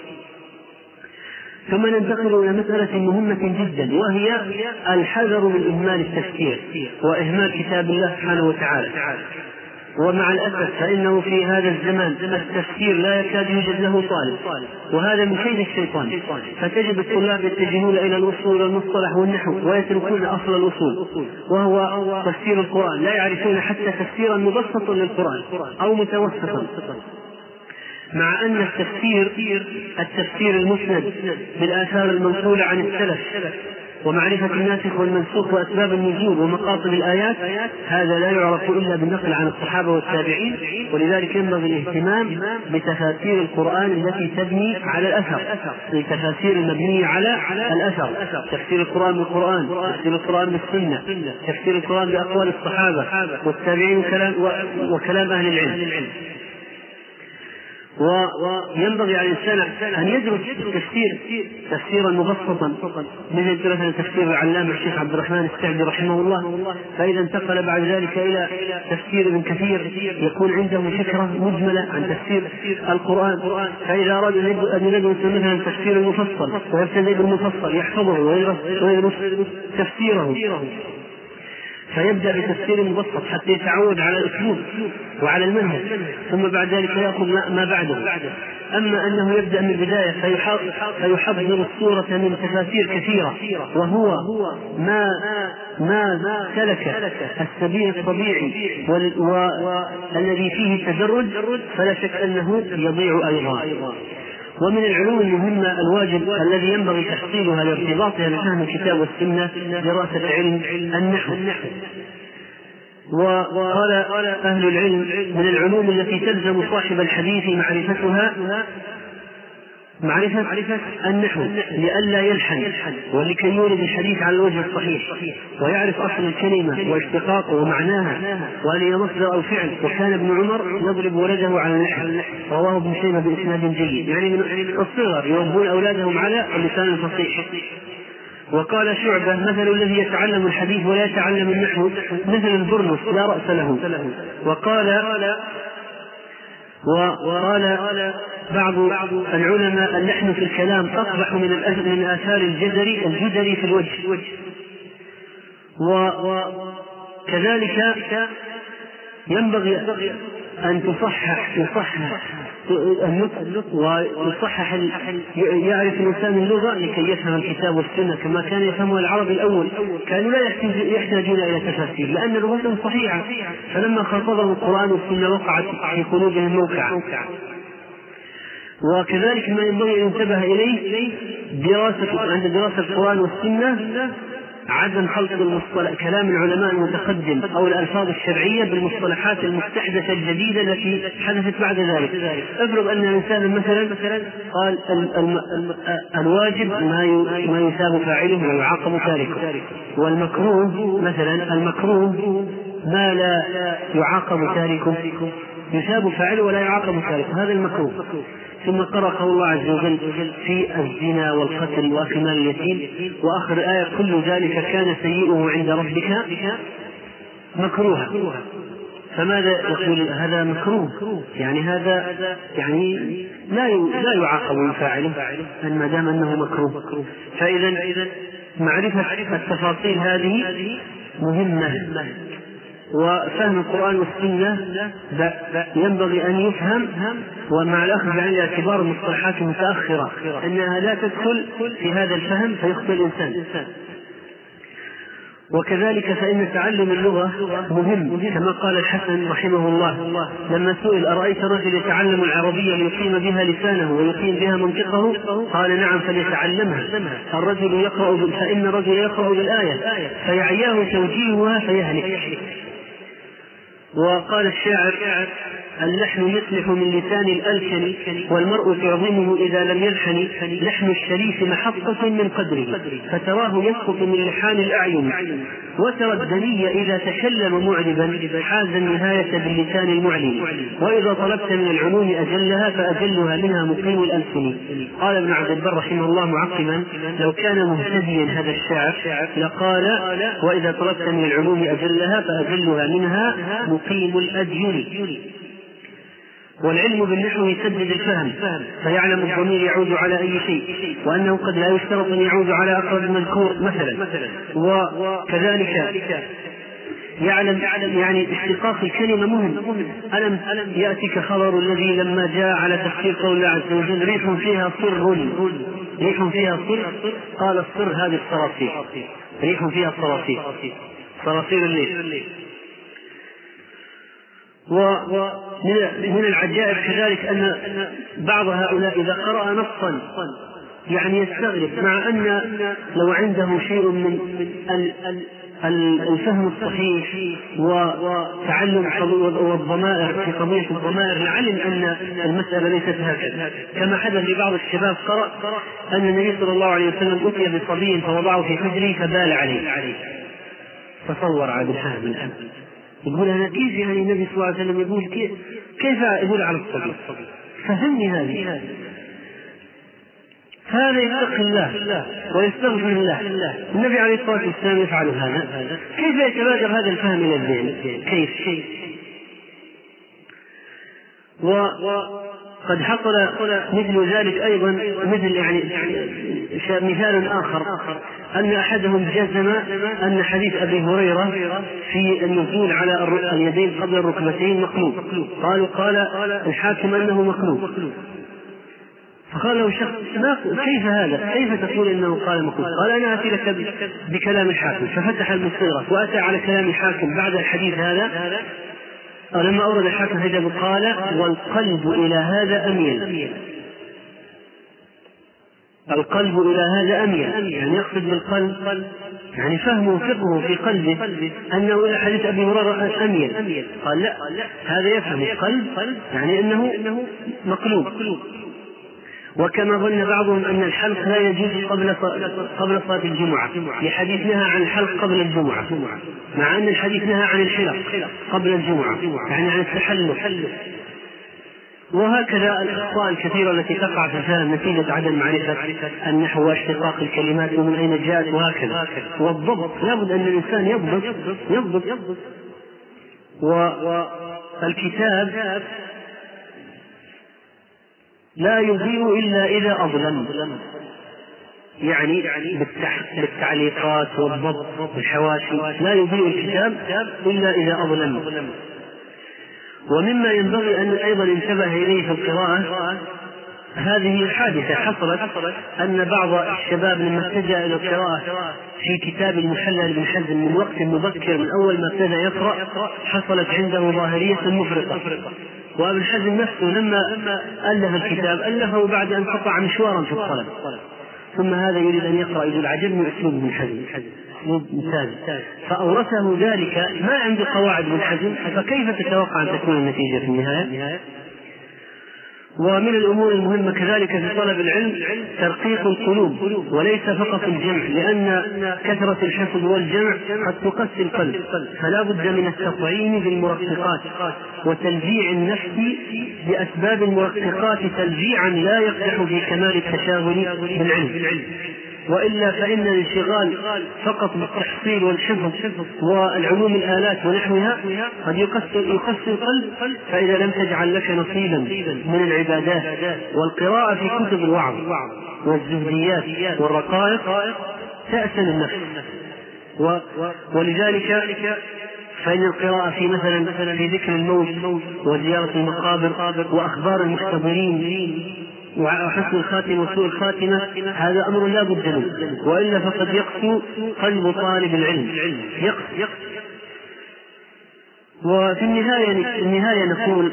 ثم ننتقل إلى مسألة مهمة جدا، وهي الحذر من إهمال التفسير وإهمال كتاب الله سبحانه وتعالى. ومع الأسف فإنه في هذا الزمان التفسير لا يكاد يوجد له طالب، وهذا من كيد الشيطان. فتجد الطلاب يتجهون إلى الأصول والمصطلح والنحو ويتركون أصل الأصول وهو تفسير القرآن، لا يعرفون حتى تفسيرا مبسطا للقرآن أو متوسطا، مع أن التفسير المسند بالآثار المنقولة عن السلف ومعرفة الناسخ والمنسوخ وأسباب النزول ومقاصد الآيات هذا لا يعرف إلا بالنقل عن الصحابة والتابعين. ولذلك ينبغي الاهتمام بتفاسير القرآن التي تبني على الأثر، التفاسير المبنية على الأثر، تفسير القرآن بالقرآن، تفسير القرآن بالسنة، تفسير القرآن بأقوال الصحابة والتابعين وكلام أهل العلم. وينبغي على الإنسان أن يدرس التفسير تفسيرا مبسطا، مثل مثلا تفسير العلامة الشيخ عبد الرحمن السعدي رحمه الله، فإذا انتقل بعد ذلك إلى تفسير ابن كثير يكون عنده فكرة مجملة عن تفسير القرآن. فإذا أراد أن يدرس مثلا تفسير المفصل ويبتدئ بالمفصل يحفظه ويدرس تفسيره، فيبدأ بتفسير مبسط حتى يتعود على الأسلوب وعلى المنهج، ثم بعد ذلك يأخذ ما بعده. أما أنه يبدأ من البداية فيحضر الصورة من تفاسير كثيرة وهو ما سلك السبيل الطبيعي والذي فيه تدرج، فلا شك أنه يضيع أيضا. ومن العلوم المهمة الواجب الذي ينبغي تحصيلها لارتباطها بفهم الكتاب والسنة دراسة علم النحو. وقال أهل العلم من العلوم التي تلزم صاحب الحديث معرفة النحو لئلا يلحن، ولكي يورد الحديث على الوجه الصحيح، ويعرف أصل الكلمة واشتقاقه ومعناها وهل هي مصدر أو فعل. وكان ابن عمر يضرب ولده على النحو، رواه ابن شيبة بإسناد جيد، يعني من الصغر يربون أولادهم على اللسان الفصيح. وقال شعبة مثل الذي يتعلم الحديث ولا يتعلم النحو مثل البرنس لا رأس له. وقال بعض العلماء اللحن في الكلام أقبح من آثار الجدري في الوجه. وكذلك ينبغي أن تصحح النطق ويصحح يعرف الإنسان اللغة لكي يفهم الكتاب والسنة كما كان يفهمها العرب الأول. كانوا لا يحتاجون إلى تفاسير لأن لغتهم صحيحة، فلما خاطبهم القرآن والسنة وقعت في قلوبهم موقعة. وكذلك ما ينبغي أن ينتبه إليه عند دراسة القرآن والسنة عدم خلط كلام العلماء المتقدم أو الألفاظ الشرعية بالمصطلحات المستحدثة الجديدة التي حدثت بعد ذلك. افرض أن الإنسان مثلا قال الواجب ما يثاب فاعله ويعاقب تاركه، والمكروه مثلا المكروه ما لا يعاقب تاركه يثاب فاعله ولا يعاقب تاركه، هذا المكروه. ثم قرأ قول الله عز وجل في الزنا والقتل وأكل مال اليتيم وآخر الآية كل ذلك كان سيئه عند ربك مكروها. فماذا يقول؟ هذا مكروه، يعني هذا يعني لا يعاقب فاعله ما دام أنه مكروه. فإذا معرفة التفاصيل هذه مهمة. وفهم القرآن والسنة ينبغي أن يفهم ومع الأخذ بعين الاعتبار المصطلحات المتأخرة أنها لا تدخل في هذا الفهم فيخطئ الإنسان. وكذلك فإن تعلم اللغة مهم، كما قال الحسن رحمه الله لما سئل أرأيت رجل يتعلم العربية ليقيم بها لسانه ويقيم بها منطقه؟ قال نعم فليتعلمها. فإن الرجل يقرأ بالآية فيعياه توجيهها فيهلك. وقال الشاعر اللحن يصلح من لسان الألكن والمرء تعظمه إذا لم يلحن، لحن الشريف محطة من قدره فتراه يسقط من لحان الأعين، وترى الدني إذا تكلم معربا حاز النهاية باللسان المعلن، وإذا طلبت من العلوم أجلها فأجلها منها مقيم الألسن. قال ابن عبد البر رحمه الله معقبا: لو كان مهتديا هذا الشاعر لقال: وإذا طلبت من العلوم أجلها فأجلها منها مقيم الأدين. والعلم بالنحو يسدد الفهم فيعلم الضمير يعود على أي شيء، وأنه قد لا يشترط أن يعود على أقرب المذكور مثلا، وكذلك يعلم يعني اشتقاق الكلمة مهم. ألم يأتك خبر الذي لما جاء على تفسير قول الله عز وجل: ريح فيها صر، ريح فيها صر، قال الصر هذه الصراصير، ريح فيها صراصير، صراصير الليل. ومن العجائب كذلك أن بعض هؤلاء إذا قرأ نصا يعني يستغرب، مع أن لو عنده شيء من الفهم الصحيح وتعلم والضمائر في قضية الضمائر لعلم أن المسألة ليست هكذا، كما حدث لبعض الشباب قرأ أن النبي صلى الله عليه وسلم أتي بصبي فوضعه في حجره فبال عليه، تصور عبد الحامد الآن يقول: أنا كيف يعني النبي صلى الله عليه وسلم يقول كيف يقول على الصبي؟ فهمني هذه. هذا يتقي الله ويستغفر الله، النبي عليه الصلاة والسلام يفعل هذا، كيف يتبادر هذا الفهم إلى الذهن؟ كيف؟ وقد حصل مثل ذلك أيضا، مثل يعني مثال آخر، أن أحدهم جزم أن حديث أبي هريرة في النزول على اليدين قبل الركبتين مقلوب، قال الحاكم أنه مقلوب، فقال له شخص: كيف هذا؟ كيف تقول إنه قال مقلوب؟ قال: أنا أتي لك بكلام الحاكم، ففتح المصيرة وأتى على كلام الحاكم بعد الحديث هذا. لما أورد الحاكم هذا قال: والقلب إلى هذا أميل، القلب إلى هذا أميل، يعني يقصد بالقلب يعني فهمه وفقه في قلبه أنه إلى حديث أبي هريرة أميل. قال: لا، هذا يفهم القلب يعني أنه مقلوب. وكما ظن بعضهم أن الحلق لا يجوز قبل صلاة الجمعة لحديث نهى عن الحلق قبل الجمعة، مع أن الحديث نهى عن الحلق قبل الجمعة يعني عن التحلق. وهكذا الأخطاء الكثيرة التي تقع في الفهم نتيجة عدم معرفة النحو واشتقاق الكلمات ومن أين جاءت وهكذا. والضبط لابد أن الإنسان يضبط. والكتاب لا يضيء إلا إذا أظلم، يعني بالتعليقات والضبط والحواشي لا يضيء الكتاب إلا إذا أظلم. ومما ينبغي أن أيضا ينتبه إليه في القراءة هذه حادثة حصلت، أن بعض الشباب لما اتجه إلى القراءة في كتاب المحلل بن حزم من وقت مبكر من أول ما ابتدى يقرأ حصلت عنده ظاهرية مفرطة. وابن حزم نفسه لما ألف الكتاب ألفه بعد أن قطع مشوارا في الطلب، ثم هذا يريد أن يقرأ يقول: عجبني أسلوب ابن حزم، أسلوب مثالي، فأورثه ذلك ما عند قواعد ابن حزم، فكيف تتوقع أن تكون النتيجة في النهاية؟ ومن الأمور المهمة كذلك في طلب العلم ترقيق القلوب وليس فقط الجمع، لأن كثرة الحفظ والجمع قد تقسي القلب، فلا بد من التطعيم بالمرققات وتلجيع النفس بأسباب المرققات تلجيعا لا يقدح في كمال التشاغل بالعلم، وإلا فإن الانشغال فقط بالتحصيل والحفظ والعلوم الآلات ونحوها قد يقسي القلب، فإذا لم تجعل لك نصيبا من العبادات والقراءة في كتب الوعظ والزهديات والرقائق تأسن النفس. ولذلك فإن القراءة في مثلا في ذكر الموت وزيارة المقابر وأخبار المحتضرين وحسن الخاتمة وسوء الخاتمة هذا أمر لا بد منه، وإلا فقد يقسو قلب طالب العلم وفي النهاية نقول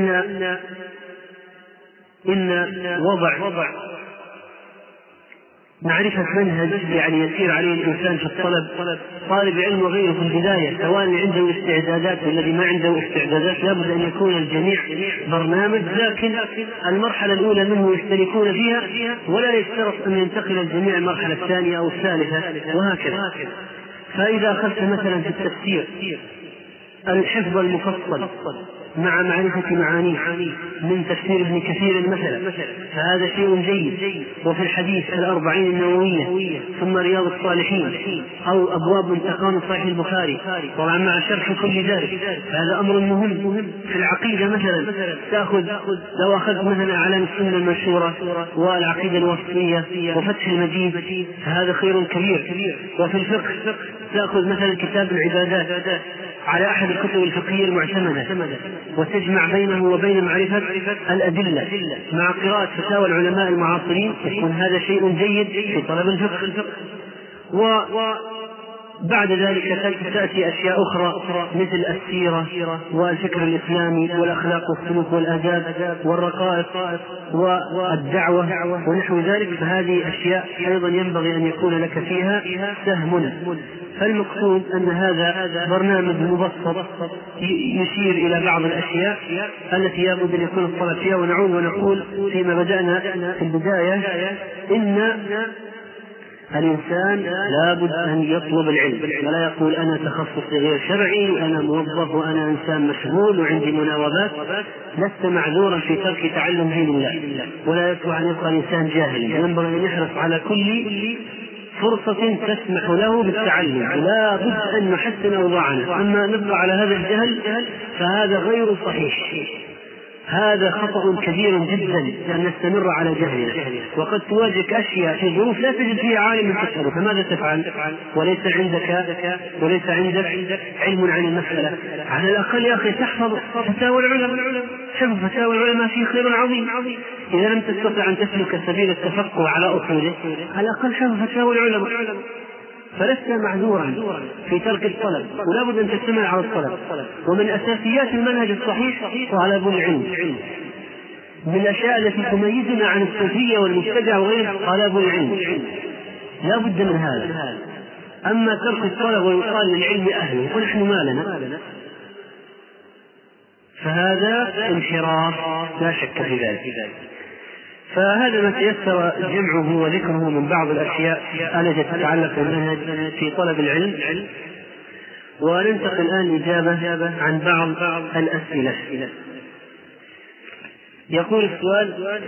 إن وضع معرفة منهج يعني يسير عليه الإنسان في الطلب، طالب علم وغيره في البداية، سواء عنده استعدادات والذي ما عنده استعدادات، لابد أن يكون الجميع برنامج، لكن المرحلة الأولى منه يشتركون فيها، ولا يشترط أن ينتقل الجميع المرحلة الثانية أو الثالثة وهكذا. فإذا أخذت مثلا في التفسير الحفظ المفصل مع معرفة معانيه من تفسير ابن كثير مثلا، فهذا شيء جيد. وفي الحديث 40 النووية، ثم رياض الصالحين، أو أبواب منتقى صحيح البخاري، طبعا مع شرح كل ذلك، هذا أمر مهم. في العقيدة مثلا تأخذ، لو أخذت مثلا أعلام السنة المنشورة والعقيدة الوسطية وفتح المجيد، فهذا خير كبير. وفي الفقه تأخذ مثلا كتاب العبادات على أحد الكتب الفقهية المعتمدة، وتجمع بينه وبين معرفة الأدلة مع قراءة فتاوى العلماء المعاصرين، يكون هذا شيء جيد في طلب الفقه. وبعد ذلك تأتي أشياء أخرى مثل السيرة والفكر الإسلامي والأخلاق والسلوك والآداب والرقائق والدعوة ونحو ذلك، فهذه أشياء أيضا ينبغي أن يكون لك فيها سهم. فالمقصود أن هذا برنامج مبسط يشير إلى بعض الأشياء التي يجب أن يكون الطلب فيها. ونعود ونقول فيما بدأنا في البداية إن الإنسان لابد أن يطلب العلم، ولا يقول أنا تخصصي غير شرعي وأنا موظف وأنا إنسان مشغول وعندي مناوبات. لست معذورا في ترك تعلم دين الله، ولا يصلح أن يبقى الإنسان جاهلا، ينبغي أن يحرص على كل فرصة تسمح له بالتعلم، لا بد أن نحسن أوضاعنا. أما نبقى على هذا الجهل فهذا غير صحيح، هذا خطأ كبير جدا أن نستمر على جهلنا. وقد تواجهك أشياء في ظروف لا تجد فيها عالم تسأله، فماذا تفعل؟ وليس عندك علم عن المسألة. على الأقل يا أخي تحفظ فتاوى العلماء، حفظ فتاوى العلماء فيه خير عظيم. إذا لم تستطع أن تسلك سبيل التفقه على أصوله، على الأقل حفظ فتاوى العلماء. فلست معذورا في ترك الطلب، ولا بد أن تستمر على الطلب. ومن أساسيات المنهج الصحيح طلب العلم. من الأشياء التي تميزنا عن الصوفية والمبتدع وغيره طلب العلم، لا بد من هذا. أما ترك الطلب ويقال للعلم أهله ونحن ما لنا، فهذا انحراف لا شك في ذلك. فهذا ما تيسر جمعه وذكره من بعض الأشياء التي تتعلق بالمنهج في طلب العلم. وننتقل الآن إجابة عن بعض الأسئلة. يقول السؤال: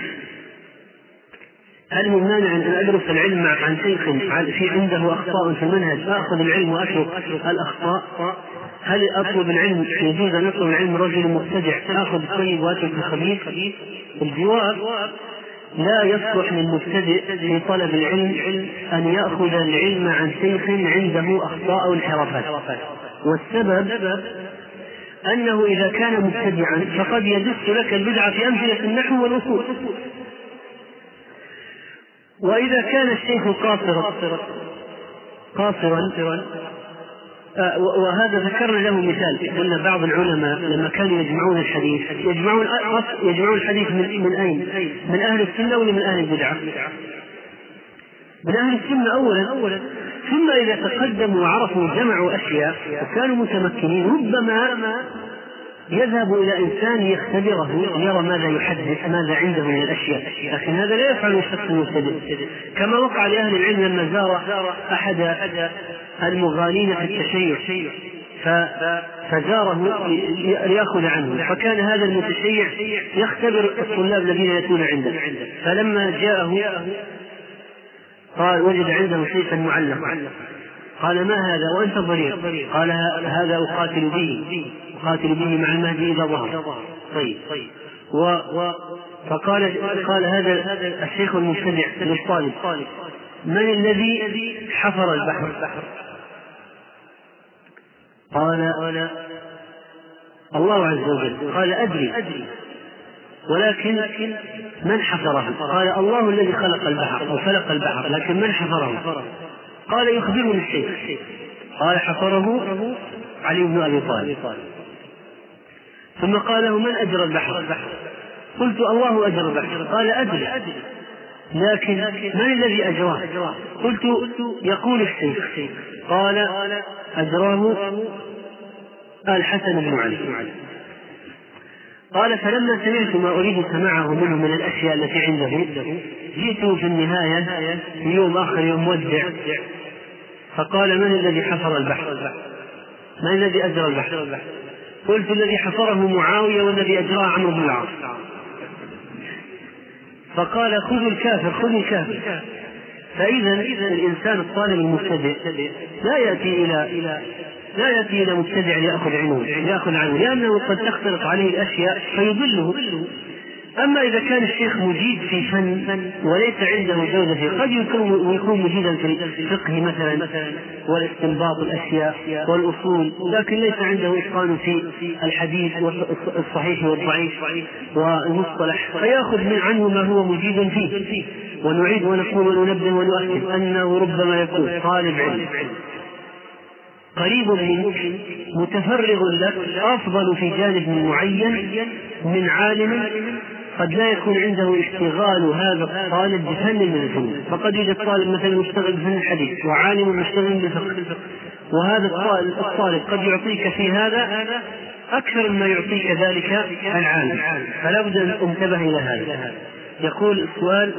هل من مانع أن أدرس العلم عن شيخ في عنده أخطاء في المنهج فأخذ العلم وأترك الأخطاء؟ هل أطلب العلم يجوز أن أطلب العلم رجل مبتدع أخذ الطيب وأترك الخبيث؟ الجواب: لا يصلح للمبتدئ في طلب العلم أن يأخذ العلم عن شيخ عنده أخطاء وانحرافات. والسبب أنه إذا كان مبتدعا فقد يدس لك البدعة في أمثلة النحو والأصول. وإذا كان الشيخ قاصرا وهذا ذكرنا له مثال، أن بعض العلماء لما كانوا يجمعون الحديث يجمعون الحديث من أين؟ من أهل السنة ولا من أهل البدعة؟ من أهل السنة أولا، ثم إذا تقدموا وعرفوا جمعوا أشياء وكانوا متمكنين ربما يذهب إلى إنسان يختبره يرى ماذا يحدث، ماذا عنده من الأشياء. لكن هذا لا يفعل الشخص المبتدئ، كما وقع لأهل العلم لما زار أحد المغالين في التشيع فزاره ليأخذ عنه، فكان هذا المتشيع يختبر الطلاب الذين يأتون عنده، فلما جاءه قال وجد عنده شيئا معلق، قال: ما هذا وأنت ضرير؟ قال: هذا أقاتل به مع المهدي إذا ظهر. طيب. فقال هذا الشيخ المبتدع للطالب: من الذي حفر البحر؟ قال: الله عز وجل. قال: أدري، ولكن من حفره؟ قال: الله الذي خلق البحر أو خلق البحر، لكن من حفره؟ قال: يخبرني الشيخ. قال: حفره علي بن أبي طالب. ثم قال له: من أجرى البحر؟ قلت: الله أجرى البحر. قال: أدري، لكن من الذي أجراه؟ قلت يقول الشيخ قال أجراه الحسن بن علي. قال فلما سمعت ما أريد سماعه منه من الأشياء التي عنده جئت في النهاية في يوم آخر يوم مودع فقال من الذي حفر البحر؟ من الذي أجرى البحر؟ قلت الذي حفره معاوية والذي أجراه عمرو بن العاص. فقال خذوا الكافر خذوا الكافر. فإذا الإنسان الطالب المبتدئ لا يأتي إلى مبتدع ليأخذ عنه لأنه قد تختلط عليه الأشياء فيضله. أما إذا كان الشيخ مجيد في فن وليس عنده جودة فيه قد يكون مجيدا في الفقه مثلا والاستنباط الأشياء والأصول، لكن ليس عنده إتقان في الحديث الصحيح والضعيف والمصطلح فيأخذ من عنه ما هو مجيد فيه. ونعيد ونقول وننبه ونؤكد أنه ربما يكون طالب علم قريب منك متفرغ لك أفضل في جانب معين من عالم قد لا يكون عنده اشتغال هذا الطالب بفن من الفنون. فقد يوجد طالب مثلا مشتغل بفن الحديث وعالم مشتغل بالفقه، وهذا الطالب قد يعطيك في هذا أكثر مما يعطيك ذلك العالم، فلا بد أن انتبه إلى هذا. يقول السؤال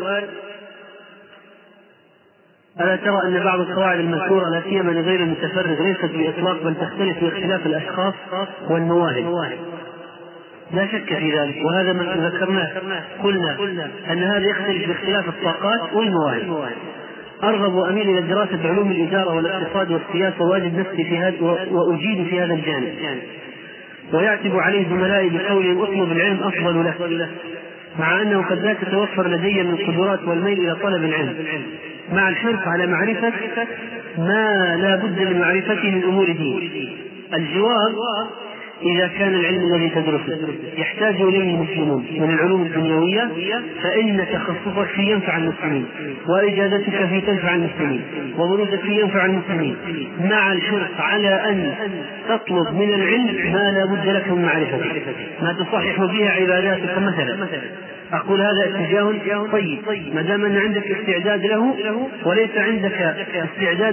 ألا ترى أن بعض القواعد المذكورة لا سيما لغير المتفرغ ليست بإطلاق بل تختلف باختلاف الأشخاص والمواهب؟ لا شك في ذلك، وهذا ما ذكرناه قلنا أن هذا يختلف باختلاف الطاقات والمواهب. أرغب وأميل إلى دراسة علوم الإدارة والاقتصاد والسياسة وأجد نفسي في هذا وأجيد في هذا الجانب، ويعتب عليه زملائي بقولهم اطلب العلم أفضل له، مع أنه قد لا تتوفر لدي من القدرات والميل إلى طلب العلم مع الحرص على معرفة ما لا بد من معرفته من أمور دين. الجواب إذا كان العلم الذي تدرسه يحتاج إليه المسلمون من العلوم الدنيوية فإن تخصصك فيه ينفع المسلمين، وإجازتك فيه تنفع المسلمين، وبروزك فيه ينفع المسلمين، مع الحرص على أن تطلب من العلم ما لا بد لك من معرفته، ما تصحح به عباداتك مثلا. أقول هذا اتجاه طيب ما دام أن عندك استعداد له وليس عندك استعداد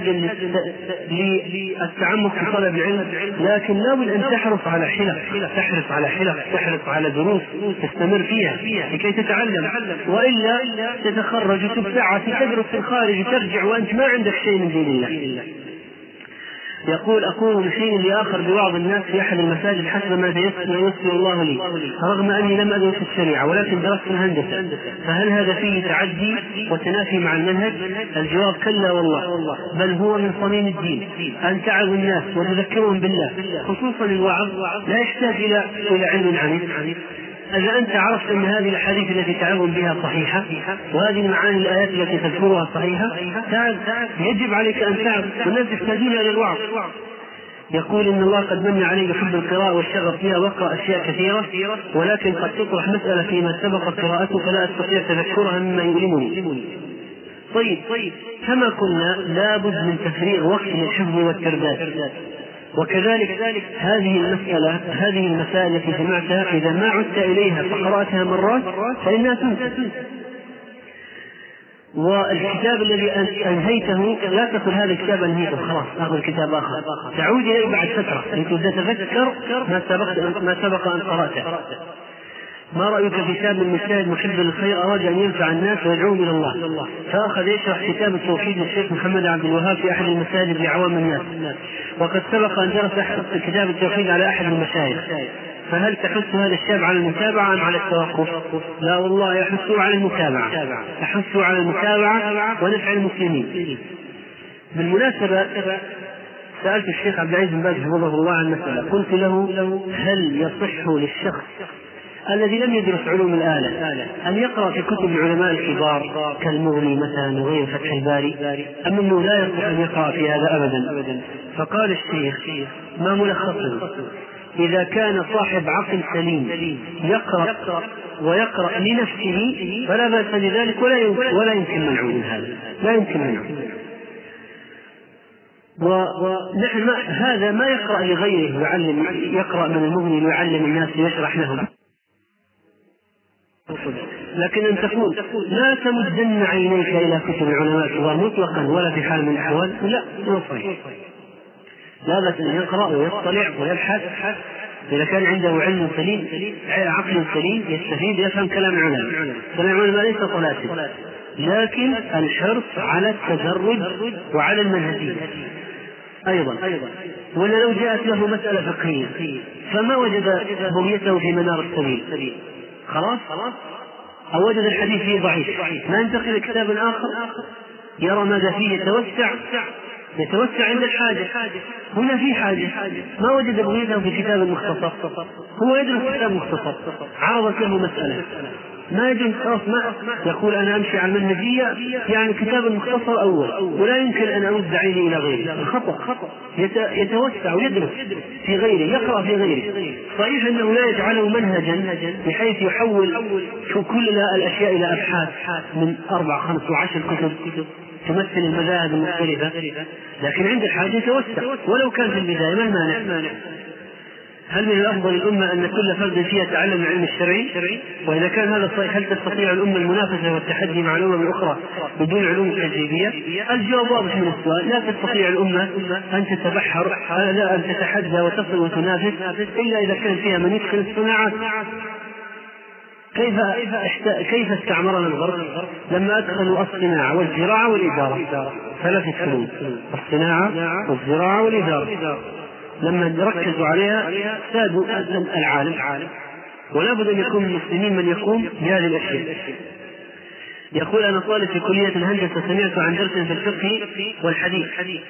للتعمق في طلب العلم، لكن لا بد أن تحرص على حلق تحرص على دروس تستمر فيها لكي تتعلم، وإلا تتخرج وتبتعث تدرس في الخارج وترجع وأنت ما عندك شيء من دين الله. يقول أقول من حين لآخر ببعض الناس في أحد المساجد حسب ما ييسر الله لي رغم أني لم أدرس الشريعة ولكن درست الهندسة، فهل هذا فيه تعدي وتنافي مع المنهج؟ الجواب كلا والله، بل هو من صميم الدين أن تعظ الناس وتذكرهم بالله، خصوصا الوعظ لا يحتاج إلى علم عنيف. إذا أنت عرفت أن هذه الأحاديث التي تعظهم بها صحيحة وهذه المعاني الآيات التي تذكرها صحيحة يجب عليك أن تعظ، والناس يحتاجون إلى الوعظ. يقول إن الله قد من عليه بحب القراءة والشغف فيها واقرأ أشياء كثيرة، ولكن قد تطرح مسألة فيما سبق قراءته فلا أستطيع تذكرها مما يؤلمني. طيب كما قلنا لا بد من تفريغ وقت للحفظ والترداد، وكذلك هذه المسائل التي سمعتها إذا ما عدت إليها فقرأتها مرات فإنها تنسى. والكتاب الذي أنهيته لا تقل هذا الكتاب أنهيته خلاص أخذ كتاب آخر، تعود إليه بعد فترة لتتذكر ما سبق أن قرأته. ما رأيك في كتاب المجتهد محب للخير أراد أن ينفع الناس ويدعوهم إلى الله، فأخذ يشرح كتاب التوحيد للشيخ محمد عبد الوهاب في أحد المساجد لعوام الناس، وقد سبق أن درس كتاب التوحيد على أحد المشايخ، فهل تحث هذا الشاب على المتابعة أم على التوقف؟ لا والله أحثه على المتابعة ونفع المسلمين. بالمناسبة سألت الشيخ عبد العزيز بن باز حفظه الله عن مسألة، قلت له هل يصح للشخص الذي لم يدرس علوم الآلة أن يقرأ في كتب العلماء الكبار كالمغني مثلا وغير فتح الباري، أم أنه لا يصح أن يقرأ في هذا أبدا؟ فقال الشيخ ما ملخصه؟ إذا كان صاحب عقل سليم يقرأ ويقرأ لنفسه فلا بأس بذلك ولا يمكن منعه من هذا، لا يمكن منعه. ونحن هذا ما يقرأ لغيره يقرأ من المغني ويعلم الناس ويشرح لهم. لكن أن تقول لا تمدن عينيك إلى كتب العلماء الكبار مطلقا ولا في حال من الأحوال، لا، مو صحيح. لا بأس أن يقرأ ويطلع ويبحث إذا كان عنده علم سليم، عقل سليم، يستفيد، يفهم كلام العلماء. كلام العلماء ليس طلاسم، لكن الحرص على التدرج وعلى المنهجية أيضا. ولا لو جاءت له مسألة فقهية فما وجد بغيته في منار السبيل خلاص، أو وجد الحديث فيه ضعيف، ما ينتقل لكتاب آخر يرى ماذا فيه، يتوسع عند الحاجة. هنا في حاجة، ما وجد بغيته في كتاب مختصر، هو يدرس كتاب مختصر، عرضت له مسألة، ما يجوز خلاص ما يقول أنا أمشي على المنهجية، يعني كتاب المختصر أول ولا يمكن أن أمد عيني إلى غيره. خطأ. يتوسع ويدرس في غيره، يقرأ في غيره. صحيح أنه لا يجعله منهجا بحيث يحول كل الأشياء إلى أبحاث من 4 5 و10 كتب تمثل المذاهب المختلفة، لكن عند الحاجة يتوسع ولو كان في البداية. ما المانع؟ هل من الأفضل الأمة أن كل فرد فيها يتعلم العلم الشرعي؟ وإذا كان هذا صحيح، هل تستطيع الأمة المنافسة والتحدي مع الأمم الأخرى بدون علوم تجريبية؟ الجواب واضح من السؤال، لا تستطيع الأمة أن تتبحر، لا أن تتحدى وتصل وتنافس إلا إذا كان فيها من يدخل الصناعات. كيف استعمرنا الغرب لما أدخلوا الصناعة والزراعة والإدارة، 3 فنون: الصناعة والزراعة والإدارة. لما ركزوا عليها سادوا العالم. ولا بد أن يكون المسلمين من يقوم بهذه الأشياء. يقول أنا طالب في كلية الهندسة، سمعت عن درس في الفقه والحديث،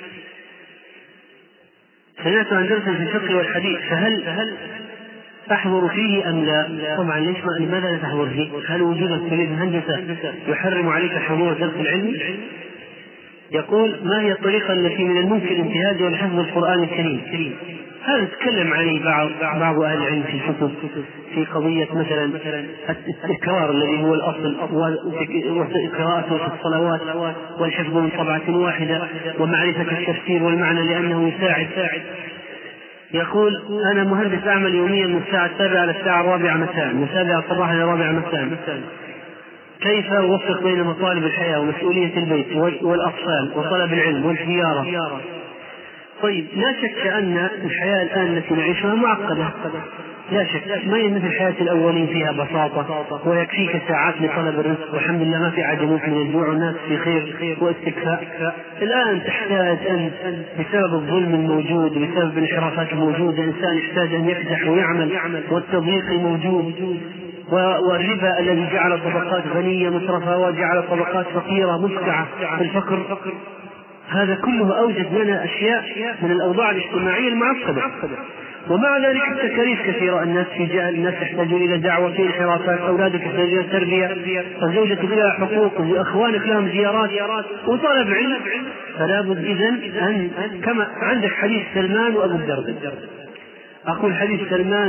فهل أحضر فيه أم لا؟ طبعا لماذا لا تحضر فيه؟ هل وجودك في كلية الهندسة يحرم عليك حضور درس العلم؟ يقول ما هي الطريقة التي من الممكن انتهاجها لحفظ القرآن الكريم؟ هذا تكلم عليه بعض أهل العلم في الكتب، في قضية مثلا التكرار الذي هو الأصل، وقراءته في الصلوات، والحفظ من طبعة واحدة، ومعرفة التفسير والمعنى لأنه يساعد. يقول أنا مهندس أعمل يوميا من الساعة 7 إلى الساعة 4 مساء، من 7 صباحا إلى 4 مساء، كيف أوفق بين مطالب الحياة ومسؤولية البيت والأطفال وطلب العلم والزيارة؟ طيب، لا شك أن الحياة الآن التي نعيشها معقدة، لا شك، ما هي مثل الحياة الأولين فيها بساطة ويكفيك ساعات لطلب الرزق، والحمد لله ما في عدمات من الجوع والناس في خير واستكفاء. الآن تحتاج أن بسبب الظلم الموجود، بسبب الانحرافات الموجودة، الإنسان يحتاج أن يكدح ويعمل، والتضييق الموجود، والربا الذي جعل طبقات غنية مترفة وجعل طبقات فقيرة مدفعة في الفقر. هذا كله أوجد لنا أشياء من الأوضاع الاجتماعية المعقدة. ومع ذلك التكاليف كثيرة، الناس يحتاجون إلى دعوة، في انحرافات، أولادك يحتاجون إلى تربية، زوجتك لها حقوق، أخوانك لهم زيارات وطلب علم. فلا بد إذن أن كما عندك حديث سلمان وأبو الدرداء، أقول حديث سلمان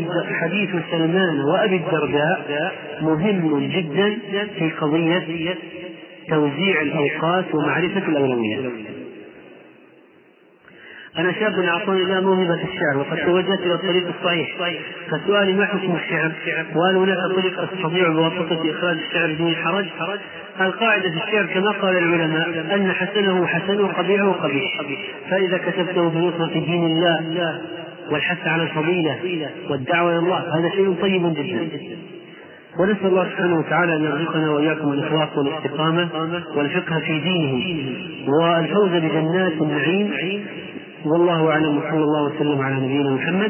وأبي الدرداء مهم جدا في قضية توزيع الأوقات ومعرفة الأولويات. أنا شاب أعطاني الله موهبة الشعر وقد توجهت إلى الطريق الصحيح، فسؤالي ما حكم الشعر؟ وهل هناك طريقة أستطيع بواسطة إخراج الشعر بدون حرج؟ القاعدة في الشعر كما قال العلماء أن حسنه حسن وقبيحه قبيح، فإذا كتبته بنصرة دين الله والحث على الفضيلة والدعوة إلى الله هذا شيء طيب جدا. ونسأل الله سبحانه وتعالى أن يرزقنا وإياكم الإخلاص والاستقامة والفقه في دينه والفوز بجنات النعيم. والله أعلم، وصلى الله وسلم على نبينا محمد.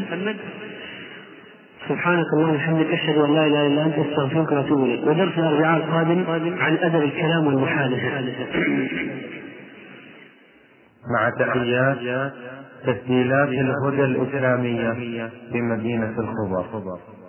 سبحانك اللهم وبحمدك، أشهد أن لا إله إلا أنت، أستغفرك وأتوب إليك. ودرس الأربعاء القادم عن أدب الكلام والمحادثة. مع تحيات تسجيلات الهدى الإسلامية بمدينة الخبر.